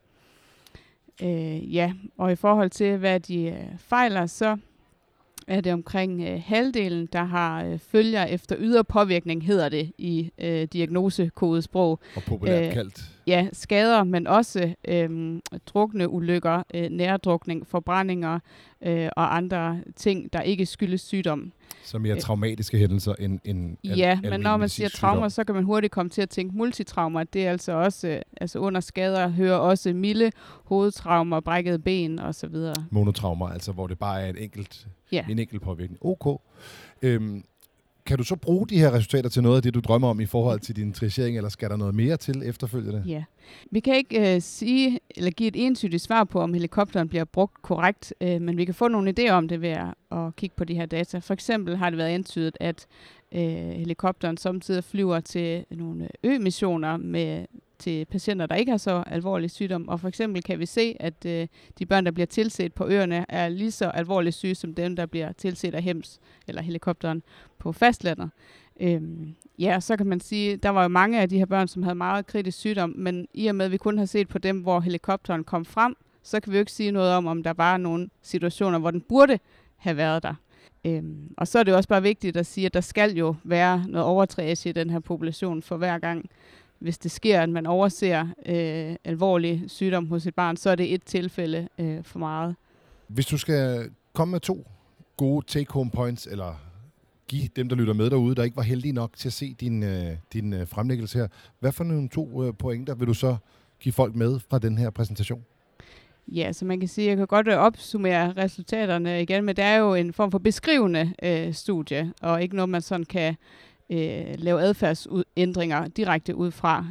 S15: Og i forhold til, hvad de fejler, så er det omkring halvdelen, der har følger efter ydre påvirkning, hedder det i diagnosekodesprog.
S2: Og populært kaldt.
S15: Ja, skader, men også drukne ulykker, nærdrukning, forbrændinger og andre ting, der ikke skyldes sygdom.
S2: Så mere traumatiske hændelser end
S15: ja, men når man siger traumer, så kan man hurtigt komme til at tænke multitraumer. Det er altså også under skader hører også milde hovedtraumer, brækkede ben og så videre.
S2: Monotraumer, altså hvor det bare er en enkelt påvirkning. Okay. Kan du så bruge de her resultater til noget af det, du drømmer om i forhold til din triagering, eller skal der noget mere til efterfølgende?
S15: Ja. Vi kan ikke sige eller give et entydigt svar på, om helikopteren bliver brugt korrekt, men vi kan få nogle idéer om det ved at kigge på de her data. For eksempel har det været antydet, at helikopteren samtidig flyver til nogle ømissioner til patienter, der ikke har så alvorlig sygdom. Og for eksempel kan vi se, at de børn, der bliver tilset på øerne, er lige så alvorligt syge som dem, der bliver tilset af HEMS eller helikopteren på fastlandet. Så kan man sige, der var jo mange af de her børn, som havde meget kritisk sygdom, men i og med, at vi kun har set på dem, hvor helikopteren kom frem, så kan vi jo ikke sige noget om der var nogle situationer, hvor den burde have været der. Og så er det også bare vigtigt at sige, at der skal jo være noget overtriage i den her population for hver gang. Hvis det sker, at man overser alvorlig sygdom hos et barn, så er det et tilfælde for meget.
S2: Hvis du skal komme med 2 gode take-home points, eller give dem, der lytter med derude, der ikke var heldige nok til at se din fremlæggelse her, hvad for nogle 2 pointer vil du så give folk med fra den her præsentation?
S15: Ja, så man kan sige, at jeg kan godt opsummere resultaterne igen, men det er jo en form for beskrivende studie, og ikke noget, man sådan kan lave adfærdsændringer direkte ud fra.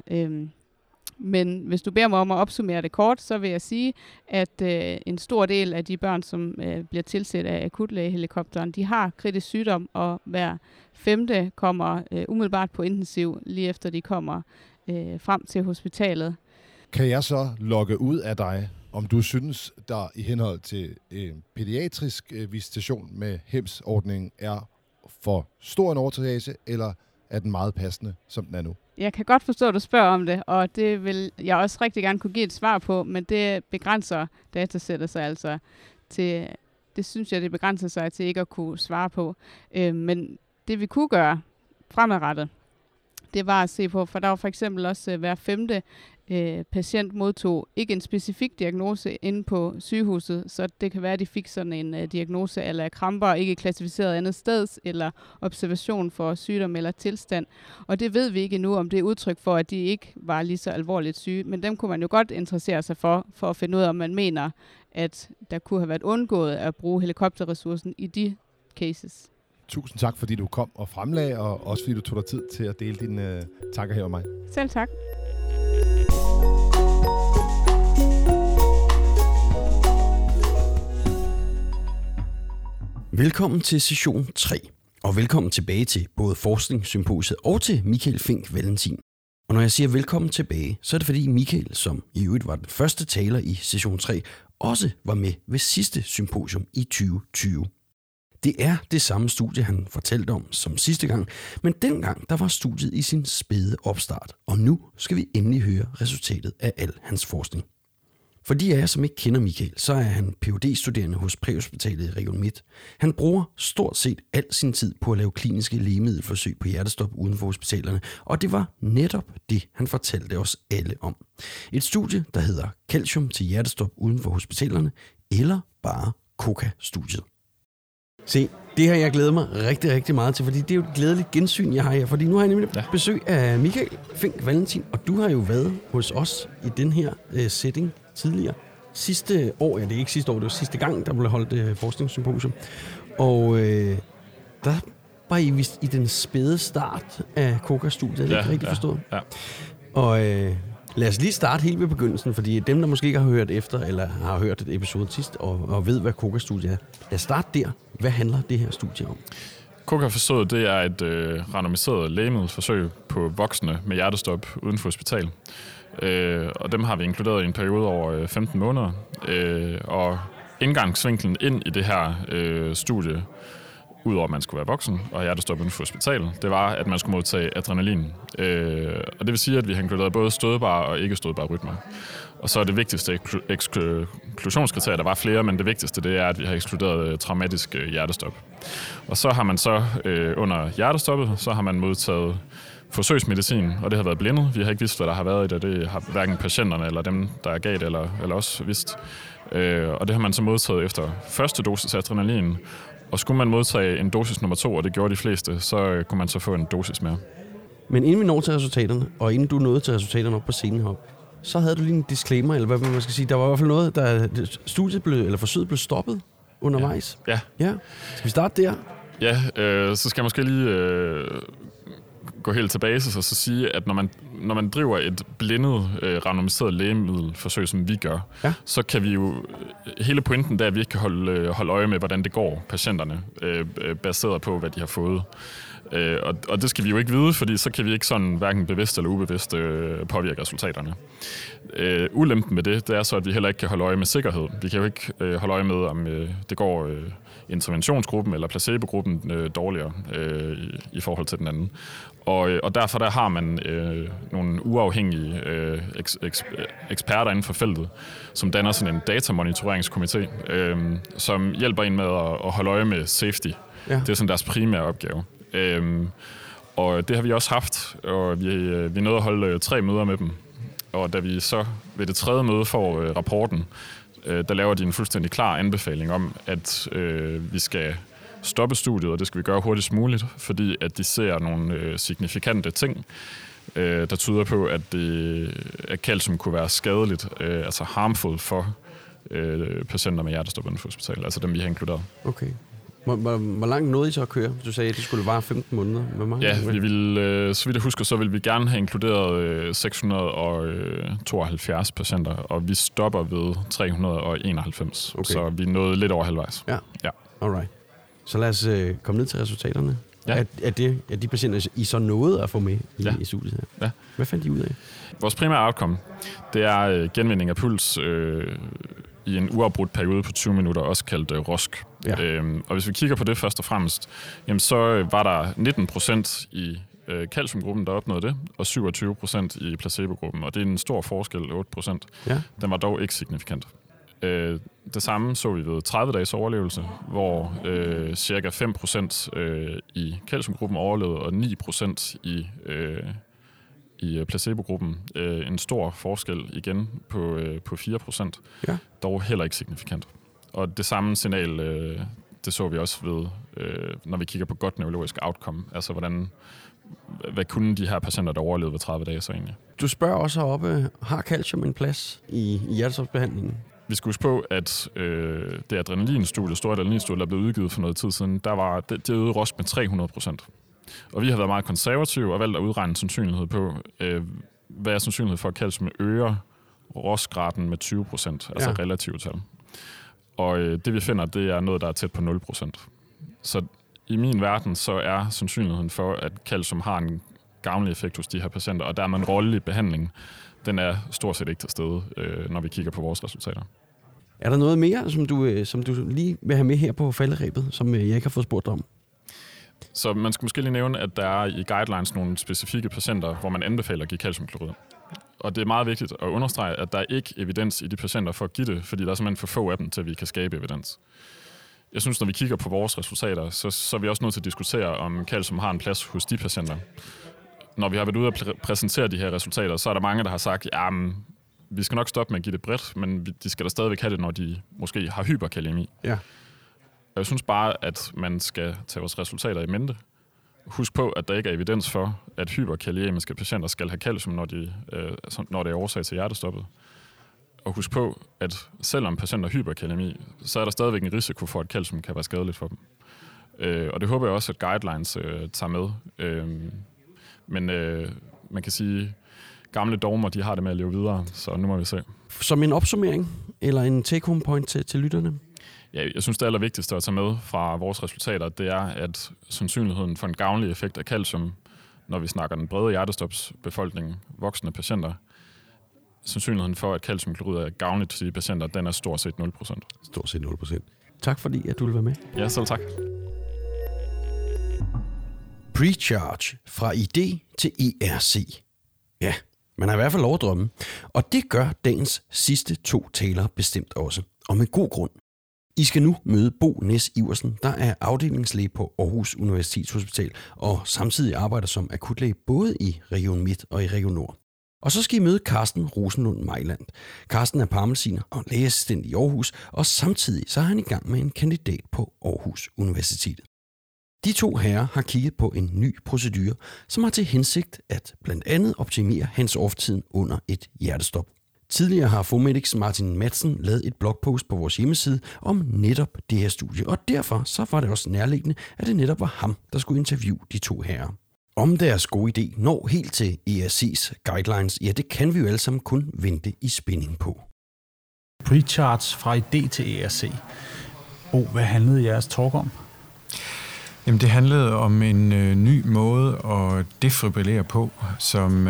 S15: Men hvis du beder mig om at opsummere det kort, så vil jeg sige, at en stor del af de børn, som bliver tilset af akutlægehelikopteren, de har kritisk sygdom, og hver 5. kommer umiddelbart på intensiv, lige efter de kommer frem til hospitalet.
S2: Kan jeg så logge ud af dig, om du synes, der i henhold til pædiatrisk visitation med HEMS-ordningen er for stor en overtriage, eller er den meget passende, som den er nu?
S15: Jeg kan godt forstå, at du spørger om det, og det vil jeg også rigtig gerne kunne give et svar på, men det begrænser datasættet sig altså til, det synes jeg, det begrænser sig til ikke at kunne svare på. Men det vi kunne gøre fremadrettet, det var at se på, for der var for eksempel også hver 5. patient modtog ikke en specifik diagnose inde på sygehuset, så det kan være, at de fik sådan en diagnose eller kramper, ikke klassificeret andet sted, eller observation for sygdom eller tilstand. Og det ved vi ikke endnu, om det er udtryk for, at de ikke var lige så alvorligt syge, men dem kunne man jo godt interessere sig for at finde ud af, om man mener, at der kunne have været undgået at bruge helikopterressourcen i de cases.
S2: Tusind tak, fordi du kom og fremlagde, og også fordi du tog dig tid til at dele dine tanker her med mig.
S15: Selv tak.
S1: Velkommen til session 3. Og velkommen tilbage til både Forskningssymposiet og til Michael Fink Valentin. Og når jeg siger velkommen tilbage, så er det fordi Michael, som i øvrigt var den første taler i session 3, også var med ved sidste symposium i 2020. Det er det samme studie, han fortalte om som sidste gang, men dengang der var studiet i sin spæde opstart, og nu skal vi endelig høre resultatet af al hans forskning. For de af jer, som ikke kender Michael, så er han Ph.D.-studerende hos Præhospitalet i Region Midt. Han bruger stort set al sin tid på at lave kliniske lægemiddelforsøg på hjertestop uden for hospitalerne, og det var netop det, han fortalte os alle om. Et studie, der hedder Calcium til hjertestop uden for hospitalerne, eller bare COCA-studiet. Se, det har jeg glædet mig rigtig, rigtig meget til, fordi det er jo et glædeligt gensyn, jeg har her. Fordi nu har jeg nemlig besøg af Michael Fink Valentin, og du har jo været hos os i den her setting tidligere. Sidste år, ja det er ikke sidste år, det var sidste gang, der blev holdt forskningssymposium. Og der var I vist i den spæde start af COCA-studiet, er det ikke rigtigt forstået?
S16: Ja.
S1: Og lad os lige starte helt ved begyndelsen, fordi dem, der måske ikke har hørt efter, eller har hørt et episode sidst, og ved, hvad COCA-studiet er. Lad os starte der. Hvad handler det her studie om?
S16: COCA-forsøget, det er et randomiseret lægemiddelforsøg på voksne med hjertestop uden for hospital. Og dem har vi inkluderet i en periode over 15 måneder. Og indgangsvinklen ind i det her studie, udover at man skulle være voksen og have hjertestop uden for hospital, det var, at man skulle modtage adrenalin. Og det vil sige, at vi har inkluderet både stødbare og ikke stødbare rytmer. Og så er det vigtigste eksklusionskriterier, der var flere, men det vigtigste det er, at vi har ekskluderet traumatisk hjertestop. Og så har man så under hjertestoppet, så har man modtaget forsøgsmedicin, og det har været blindet. Vi har ikke vidst, hvad der har været i det. Det har hverken patienterne eller dem, der er gav det, eller os vidst. Og det har man så modtaget efter første dosis adrenalin. Og skulle man modtage en dosis nummer 2, og det gjorde de fleste, så kunne man så få en dosis mere.
S1: Men inden vi når til resultaterne, og inden du nåede til resultaterne op på scenen heroppe, så havde du lige en disclaimer, eller hvad man skal sige. Der var i hvert fald noget, der forsøget blev stoppet undervejs.
S16: Ja.
S1: Skal vi starte der?
S16: Ja, så skal jeg måske lige gå helt tilbage og så sige, at når man driver et blindet, randomiseret lægemiddelforsøg, som vi gør, så kan vi jo... Hele pointen der, at vi ikke kan holde øje med, hvordan det går patienterne, baseret på, hvad de har fået. Og det skal vi jo ikke vide, fordi så kan vi ikke sådan hverken bevidst eller ubevidst påvirke resultaterne. Ulempen med det er så, at vi heller ikke kan holde øje med sikkerhed. Vi kan jo ikke holde øje med, om det går interventionsgruppen eller placebogruppen dårligere i forhold til den anden. Og derfor der har man nogle uafhængige eksperter inden for feltet, som danner sådan en datamonitoreringskomité, som hjælper en med at holde øje med safety. Ja. Det er sådan deres primære opgave. Og det har vi også haft, og vi nåede at holde 3 møder med dem. Og da vi så ved det 3. møde får rapporten, der laver de en fuldstændig klar anbefaling om, at vi skal stoppe studiet, og det skal vi gøre hurtigst muligt, fordi at de ser nogle signifikante ting, der tyder på, at calcium kunne være skadeligt, altså harmful for patienter med hjertestop uden for hospital, altså dem vi har inkluderet. Okay.
S1: Hvor langt nåede I så at køre? Du sagde, at det skulle vare 15 måneder.
S16: Vi ville, så vidt jeg husker, så ville vi gerne have inkluderet 672 patienter, og vi stopper ved 391. Okay. Så vi nåede lidt over halvvejs.
S1: Ja. Alright. Så lad os komme ned til resultaterne. Ja. Er de patienter, I så nåede at få med i studiet her? Ja. Hvad fandt I ud af?
S16: Vores primære outcome, det er genvinding af puls i en uafbrudt periode på 20 minutter, også kaldt ROSC. Ja. Og hvis vi kigger på det først og fremmest, jamen, så var der 19% i calciumgruppen, der opnåede det, og 27% i placebogruppen, og det er en stor forskel, 8%. Ja. Den var dog ikke signifikant. Det samme så vi ved 30 dages overlevelse, hvor cirka 5% i calciumgruppen overlevede, og 9% i placebogruppen. En stor forskel igen på 4%. Ja. Dog heller ikke signifikant. Og det samme signal, det så vi også ved, når vi kigger på godt neurologisk outcome. Altså hvad kunne de her patienter, der overlevede ved 30 dage så egentlig?
S1: Du spørger også heroppe, har calcium en plads i hjertestopsbehandlingen?
S16: Vi skal huske på, at det adrenalinstudie, store adrenalinstudie, der blev udgivet for noget tid siden, det øgede ROSC med 300%. Og vi har været meget konservative og valgt at udregne sandsynlighed på, hvad er sandsynlighed for, at calcium øger ROSC-graden med 20%, altså relativt tal. Og det vi finder, det er noget, der er tæt på 0%. Så i min verden, så er sandsynligheden for, at calcium har en gavnlig effekt hos de her patienter, og dermed en rolle i behandlingen, den er stort set ikke til stede, når vi kigger på vores resultater.
S1: Er der noget mere, som du lige vil have med her på falderebet, som jeg ikke har fået spurgt om?
S16: Så man skal måske lige nævne, at der er i guidelines nogle specifikke patienter, hvor man anbefaler at give calciumklorid. Og det er meget vigtigt at understrege, at der er ikke evidens i de patienter for at give det, fordi der er simpelthen for få af dem, til at vi kan skabe evidens. Jeg synes, når vi kigger på vores resultater, så er vi også nødt til at diskutere, om calcium har en plads hos de patienter. Når vi har været ude at præsentere de her resultater, så er der mange, der har sagt, vi skal nok stoppe med at give det bredt, men de skal da stadigvæk have det, når de måske har hyperkaliemi.
S1: Ja.
S16: Og jeg synes bare, at man skal tage vores resultater i mente. Husk på, at der ikke er evidens for, at hyperkaliemiske patienter skal have calcium, når det er årsag til hjertestoppet. Og husk på, at selvom patienter har hyperkalemi, så er der stadigvæk en risiko for, at calcium kan være skadeligt for dem. Og det håber jeg også, at guidelines tager med. Men man kan sige, gamle dogmer, de har det med at leve videre, så nu må vi se.
S1: Som en opsummering, eller en take-home point til lytterne?
S16: Ja, jeg synes, det allervigtigste at tage med fra vores resultater, det er, at sandsynligheden for en gavnlig effekt af calcium, når vi snakker den brede hjertestopsbefolkning, voksne patienter, sandsynligheden for, at calciumklorid er gavnligt til de patienter, den er stort set 0%.
S1: Stort set 0%. Tak fordi, at du vil være med.
S16: Ja, selv tak.
S1: Precharge fra ID til ERC. Ja, man har i hvert fald lov at drømme. Og det gør dagens sidste 2 talere bestemt også. Og med god grund. I skal nu møde Bo Næs Iversen, der er afdelingslæge på Aarhus Universitetshospital og samtidig arbejder som akutlæge både i Region Midt og i Region Nord. Og så skal I møde Carsten Rosenlund Mejland. Carsten er parmediciner og lægeassistent i Aarhus, og samtidig så er han i gang med en kandidat på Aarhus Universitetet. De 2 herrer har kigget på en ny procedure, som har til hensigt at blandt andet optimere hands-off-tiden under et hjertestop. Tidligere har Fomedics Martin Madsen lavet et blogpost på vores hjemmeside om netop det her studie, og derfor så var det også nærliggende, at det netop var ham, der skulle interviewe de 2 herrer. Om deres gode idé når helt til ERC's guidelines, ja, det kan vi jo alle sammen kun vente i spænding på.
S5: Precharge fra idé til ERC. Hvad handlede jeres talk om?
S17: Jamen, det handlede om en ny måde at defibrillere på, som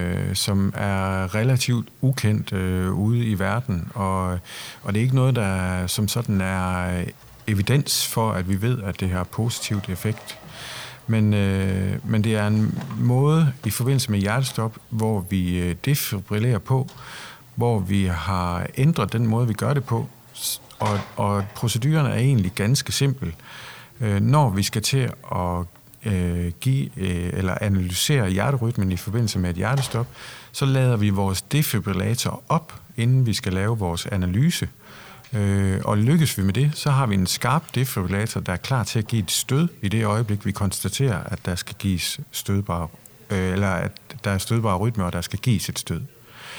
S17: er relativt ukendt ude i verden. Og det er ikke noget, der som sådan er evidens for, at vi ved, at det har positivt effekt. Men det er en måde i forbindelse med hjertestop, hvor vi defibrillerer på, hvor vi har ændret den måde, vi gør det på. Og proceduren er egentlig ganske simpel. Når vi skal til at give eller analysere hjerterytmen i forbindelse med et hjertestop, så lader vi vores defibrillator op, inden vi skal lave vores analyse. Og lykkes vi med det, så har vi en skarp defibrillator, der er klar til at give et stød i det øjeblik, vi konstaterer, at der skal gives eller at der er stødbare rytmer, og der skal gives et stød.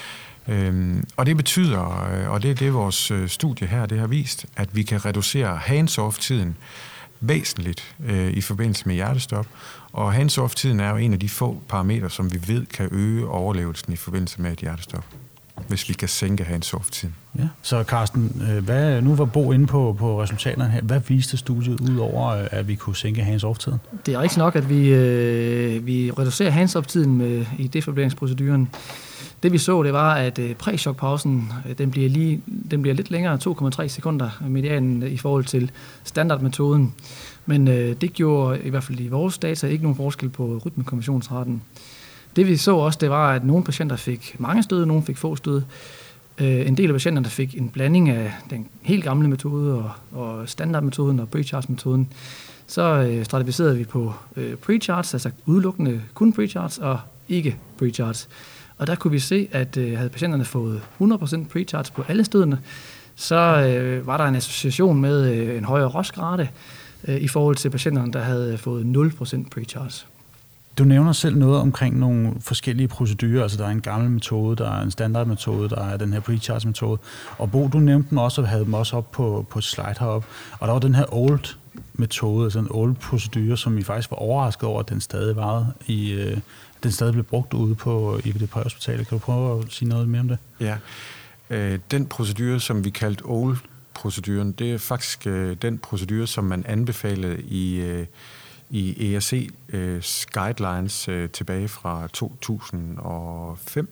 S17: Og det betyder, og det er det vores studie her, det har vist, at vi kan reducere hands-off-tiden væsentligt i forbindelse med hjertestop. Og hands-off-tiden er jo en af de få parametre, som vi ved kan øge overlevelsen i forbindelse med et hjertestop, hvis vi kan sænke hands-off-tiden.
S5: Ja. Så Carsten, nu var Bo inde på resultaterne her. Hvad viste studiet ud over, at vi kunne sænke hands-off-tiden?
S18: Det er rigtig nok, at vi reducerer hands-off-tiden i defibrilleringsproceduren. Det vi så, det var, at præ-chokpausen, den bliver lidt længere, 2,3 sekunder medianen i forhold til standardmetoden. Men det gjorde i hvert fald i vores data ikke nogen forskel på rytmekonversionsraten. Det vi så også, det var, at nogle patienter fik mange stød, nogle fik få stød. En del af patienterne fik en blanding af den helt gamle metode og standardmetoden og precharge-metoden. Så stratificerede vi på precharge, altså udelukkende kun precharge og ikke precharge. Og der kunne vi se, at havde patienterne fået 100% precharge på alle stødene, så var der en association med en højere ROS-rate i forhold til patienterne, der havde fået 0% precharge.
S5: Du nævner selv noget omkring nogle forskellige procedurer, altså der er en gammel metode, der er en standardmetode, der er den her precharge-metode. Og Bo, du nævnte dem også og havde dem også op på et slide heroppe. Og der var den her old metode, altså en old procedure, som I faktisk var overrasket over, at den stadig var den stadig blev brugt ude på IVD Præhospitalet. Kan du prøve at sige noget mere om det?
S17: Ja, den procedure, som vi kaldte old DEF-proceduren, det er faktisk den procedure, som man anbefalede i ERC's guidelines tilbage fra 2005.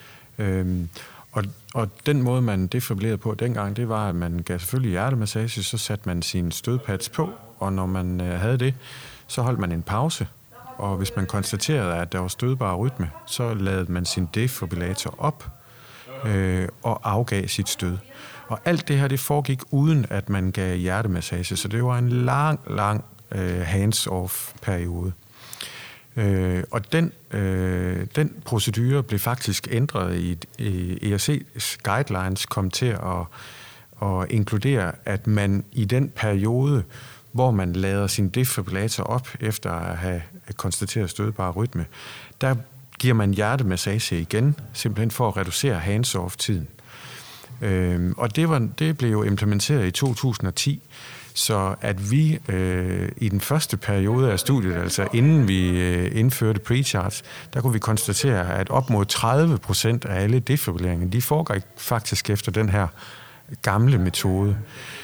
S17: Og den måde, man defibrillerede på dengang, det var, at man gav selvfølgelig hjertemassage, så satte man sine stødpads på, og når man havde det, så holdt man en pause. Og hvis man konstaterede, at der var stødbar rytme, så lavede man sin defibrillator op og afgav sit stød. Og alt det her, det foregik uden, at man gav hjertemassage, så det var en lang hands-off-periode. Og den procedure blev faktisk ændret i ERC's guidelines, kom til at inkludere, at man i den periode, hvor man lader sin defibrillator op efter at have konstateret stødbar rytme, der giver man hjertemassage igen, simpelthen for at reducere hands-off-tiden. Og det blev jo implementeret i 2010, så at vi i den første periode af studiet, altså inden vi indførte pre-charge, der kunne vi konstatere, at op mod 30% af alle defibrilleringer, de foregår faktisk efter den her gamle metode.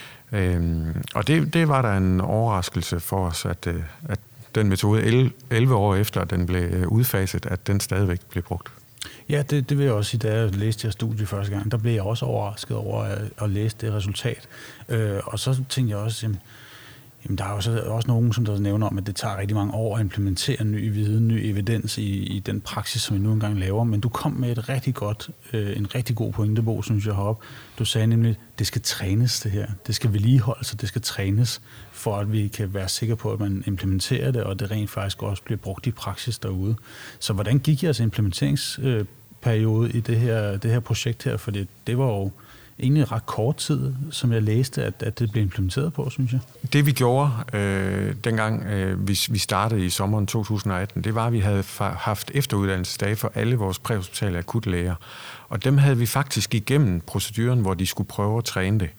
S17: Og det var der en overraskelse for os, at den metode 11 år efter, at den blev udfaset, at den stadigvæk blev brugt.
S5: Ja, det vil jeg også sige, da jeg læste jeres studie første gang, der blev jeg også overrasket over at læse det resultat. Og så tænkte jeg også, jamen der er også nogen, som der nævner om, at det tager rigtig mange år at implementere ny viden, ny evidens i den praksis, som vi nu engang laver. Men du kom med en rigtig god pointebog, synes jeg, heroppe. Du sagde nemlig, det skal trænes det her. Det skal vedligeholdes, og det skal trænes, for at vi kan være sikre på, at man implementerer det, og det rent faktisk også bliver brugt i praksis derude. Så hvordan gik jeres implementeringsperiode i det her projekt her? For det var jo egentlig ret kort tid, som jeg læste, at det blev implementeret på, synes jeg.
S17: Det vi gjorde, dengang vi startede i sommeren 2018, det var, at vi havde haft efteruddannelsesdage for alle vores præhospitale akutlæger. Og dem havde vi faktisk igennem proceduren, hvor de skulle prøve at træne det.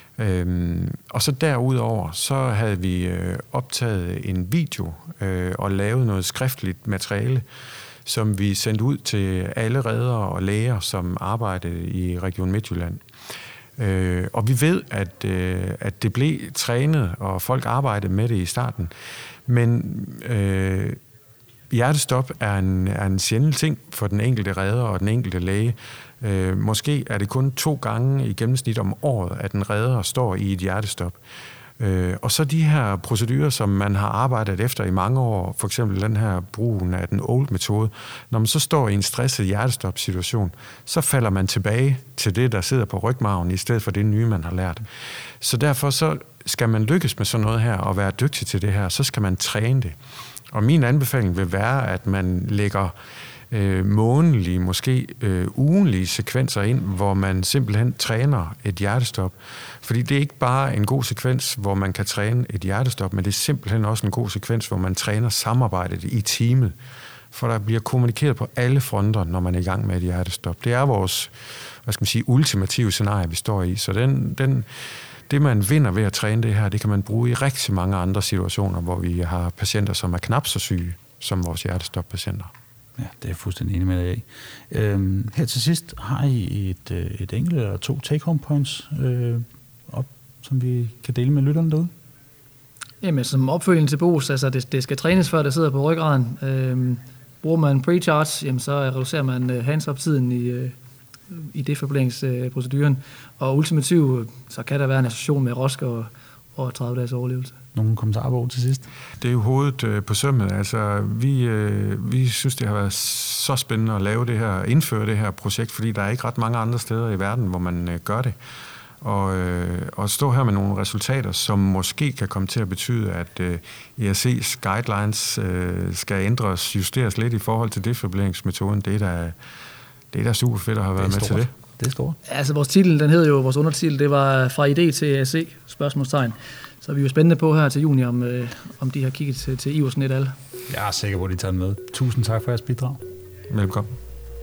S17: Og så derudover, så havde vi optaget en video og lavet noget skriftligt materiale, som vi sendte ud til alle reddere og læger, som arbejdede i Region Midtjylland. Og vi ved, at det blev trænet, og folk arbejdede med det i starten. Men hjertestop er en sjælden ting for den enkelte redder og den enkelte læge. Måske er det kun 2 gange i gennemsnit om året, at en redder står i et hjertestop. Og så de her procedurer, som man har arbejdet efter i mange år, for eksempel den her brugen af den old-metode, når man så står i en stresset hjertestop-situation, så falder man tilbage til det, der sidder på rygmarven, i stedet for det nye, man har lært. Så derfor så skal man lykkes med sådan noget her, og være dygtig til det her, så skal man træne det. Og min anbefaling vil være, at man lægger månedlige, måske ugenlige sekvenser ind, hvor man simpelthen træner et hjertestop. Fordi det er ikke bare en god sekvens, hvor man kan træne et hjertestop, men det er simpelthen også en god sekvens, hvor man træner samarbejdet i teamet. For der bliver kommunikeret på alle fronter, når man er i gang med et hjertestop. Det er vores, ultimative scenarie, vi står i. Så det, man vinder ved at træne det her, det kan man bruge i rigtig mange andre situationer, hvor vi har patienter, som er knap så syge som vores hjertestop-patienter.
S5: Ja, det er jeg fuldstændig enig med dig i. Her til sidst har I et enkelt eller 2 take-home points op, som vi kan dele med lytterne derude?
S18: Jamen, som opfølgning til BOS, altså det skal trænes, før det sidder på ryggraden. Bruger man pre-charge, jamen, så reducerer man hands-up-tiden i defibrilleringsproceduren. Og ultimativt, så kan der være en association med ROSC og 30 dages overlevelse.
S5: Nogle kommentarer på til sidst?
S17: Det er jo hovedet på sømmet. Altså, vi synes, det har været så spændende at lave det her, indføre det her projekt, fordi der er ikke ret mange andre steder i verden, hvor man gør det. Og stå her med nogle resultater, som måske kan komme til at betyde, at ERC's guidelines skal ændres, justeres lidt i forhold til defibrilleringsmetoden. Det er da super fedt at have været med til det.
S5: Det er stort.
S18: Altså, vores undertitel, det var fra idé til ERC, spørgsmålstegn. Så vi er jo spændende på her til juni, om de har kigget til IVUS'en et alle.
S5: Jeg er sikker på, at de tager den med. Tusind tak for jeres bidrag.
S17: Velkommen.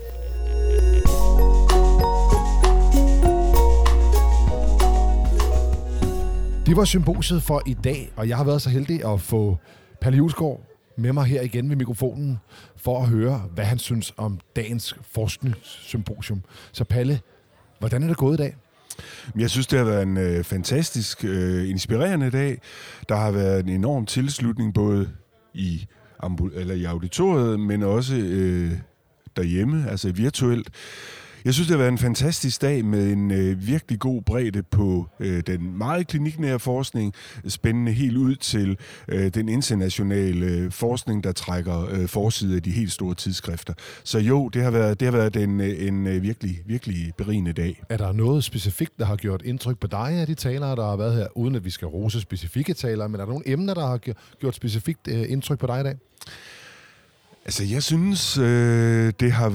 S2: Det var symposiet for i dag, og jeg har været så heldig at få Palle Julesgaard med mig her igen ved mikrofonen, for at høre, hvad han synes om dagens forskningssymposium. Så Palle, hvordan er det gået i dag?
S3: Jeg synes, det har været en fantastisk inspirerende dag. Der har været en enorm tilslutning både i auditoriet, men også derhjemme, altså virtuelt. Jeg synes, det har været en fantastisk dag med en virkelig god bredde på den meget kliniknære forskning, spændende helt ud til den internationale forskning, der trækker forside af de helt store tidsskrifter. Så jo, det har været en virkelig, virkelig berigende dag.
S2: Er der noget specifikt, der har gjort indtryk på dig af de talere, der har været her, uden at vi skal rose specifikke talere, men er der nogle emner, der har gjort specifikt indtryk på dig i dag?
S3: Altså, jeg synes, det har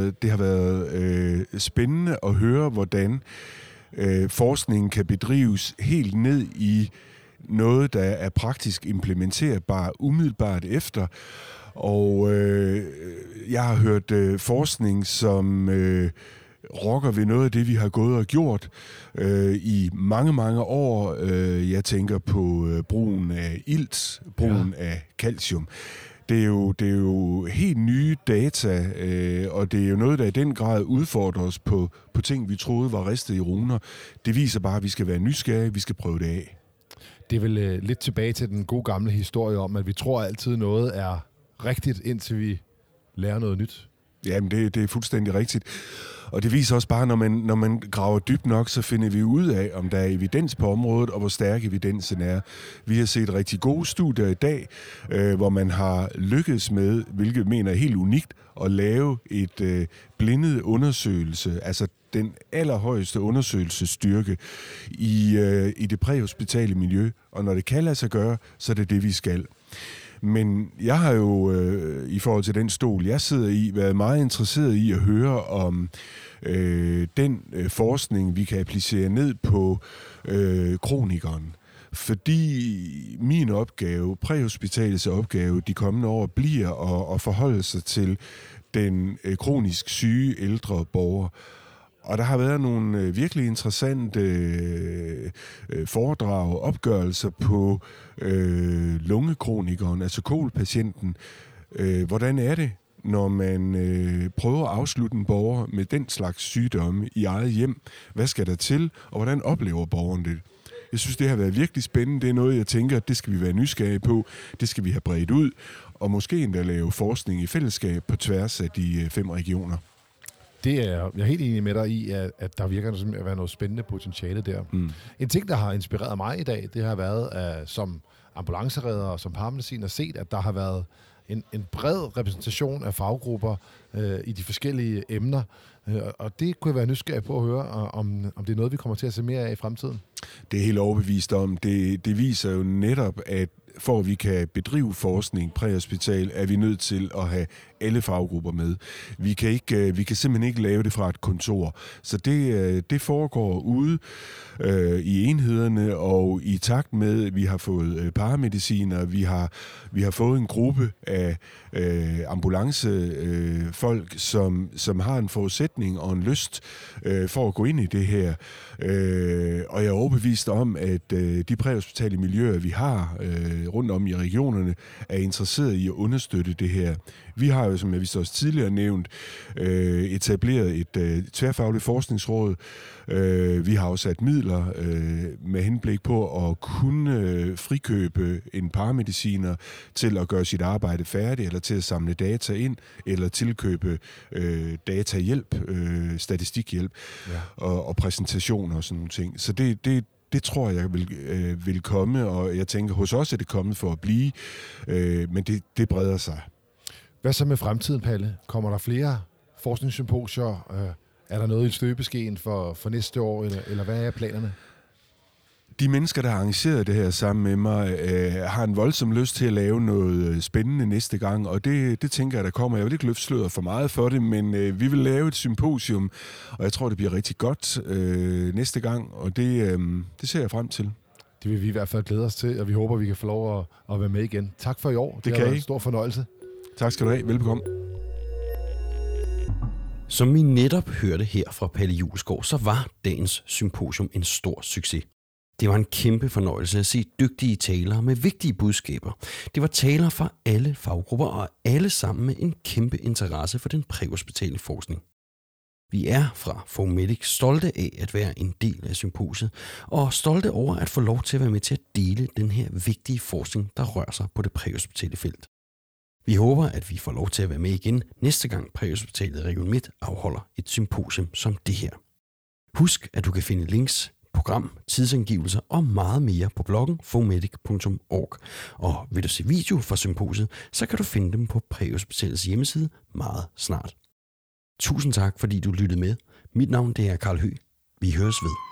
S3: været spændende at høre, hvordan forskningen kan bedrives helt ned i noget, der er praktisk implementerbart umiddelbart efter. Og jeg har hørt forskning, som rokker ved noget af det, vi har gået og gjort i mange, mange år. Jeg tænker på brugen af ilt, brugen af calcium. Det er jo helt nye data, og det er jo noget, der i den grad udfordrer os på ting, vi troede var ristet i runer. Det viser bare, at vi skal være nysgerrige, vi skal prøve det af.
S2: Det er vel lidt tilbage til den gode gamle historie om, at vi tror altid noget er rigtigt, indtil vi lærer noget nyt.
S3: Jamen, det er fuldstændig rigtigt. Og det viser også bare, når man graver dybt nok, så finder vi ud af, om der er evidens på området, og hvor stærk evidensen er. Vi har set rigtig gode studier i dag, hvor man har lykkedes med, hvilket mener er helt unikt, at lave et blindet undersøgelse, altså den allerhøjeste undersøgelsesstyrke i det præhospitale miljø. Og når det kan lade sig gøre, så er det det, vi skal. Men jeg har jo, i forhold til den stol, jeg sidder i, været meget interesseret i at høre om den forskning, vi kan applicere ned på kronikeren. Fordi min opgave, præhospitalets opgave, de kommende år, bliver at forholde sig til den kronisk syge ældre borger. Og der har været nogle virkelig interessante foredrag og opgørelser på lungekronikeren, altså KOL-patienten. Hvordan er det, når man prøver at afslutte en borger med den slags sygdomme i eget hjem? Hvad skal der til, og hvordan oplever borgeren det? Jeg synes, det har været virkelig spændende. Det er noget, jeg tænker, at det skal vi være nysgerrige på. Det skal vi have bredt ud, og måske endda lave forskning i fællesskab på tværs af de 5 regioner.
S2: Jeg er helt enig med dig i, at der virker at være noget spændende potentiale der. Mm. En ting, der har inspireret mig i dag, det har været, som ambulanceredder og som paramediciner set, at der har været en bred repræsentation af faggrupper i de forskellige emner. Og det kunne jeg være nysgerrig på at høre, om det er noget, vi kommer til at se mere af i fremtiden.
S3: Det er helt overbevist om. Det viser jo netop, at for at vi kan bedrive forskning præhospital, er vi nødt til at have alle faggrupper med. Vi kan simpelthen ikke lave det fra et kontor. Så det foregår ude i enhederne, og i takt med, at vi har fået paramediciner, vi har fået en gruppe af ambulancefolk, som har en forudsætning og en lyst for at gå ind i det her. Og jeg er overbevist om, at de præhospitale miljøer, vi har rundt om i regionerne, er interesseret i at understøtte det her. Vi har jo, som jeg vist også tidligere nævnt, etableret et tværfagligt forskningsråd. Vi har afsat midler med henblik på at kunne frikøbe en paramediciner til at gøre sit arbejde færdigt, eller til at samle data ind, eller tilkøbe datahjælp, statistikhjælp og præsentationer og sådan nogle ting. Så det tror jeg vil komme, og jeg tænker, hos os er det kommet for at blive, men det breder sig.
S2: Hvad så med fremtiden, Palle? Kommer der flere forskningssymposier? Er der noget i støbeskeen for næste år, eller hvad er planerne?
S3: De mennesker, der har arrangeret det her sammen med mig, har en voldsom lyst til at lave noget spændende næste gang, og det tænker jeg, der kommer. Jeg vil ikke løfte sløret for meget for det, men vi vil lave et symposium, og jeg tror, det bliver rigtig godt næste gang, og det ser jeg frem til.
S2: Det vil vi i hvert fald glæde os til, og vi håber, vi kan få lov at være med igen. Tak for i år.
S3: Det
S2: har været en stor fornøjelse.
S3: Tak skal du have. Velbekomme.
S1: Som vi netop hørte her fra Palle Julesgaard, så var dagens symposium en stor succes. Det var en kæmpe fornøjelse at se dygtige talere med vigtige budskaber. Det var talere fra alle faggrupper og alle sammen med en kæmpe interesse for den præhospitale forskning. Vi er fra Fomedic stolte af at være en del af symposiet, og stolte over at få lov til at være med til at dele den her vigtige forskning, der rører sig på det præhospitale felt. Vi håber, at vi får lov til at være med igen næste gang Præhospitalet Region Midt afholder et symposium som det her. Husk, at du kan finde links, program, tidsangivelser og meget mere på bloggen fomedic.org. Og vil du se video fra symposiet, så kan du finde dem på Præhospitalets hjemmeside meget snart. Tusind tak, fordi du lyttede med. Mit navn det er Karl Høgh. Vi høres ved.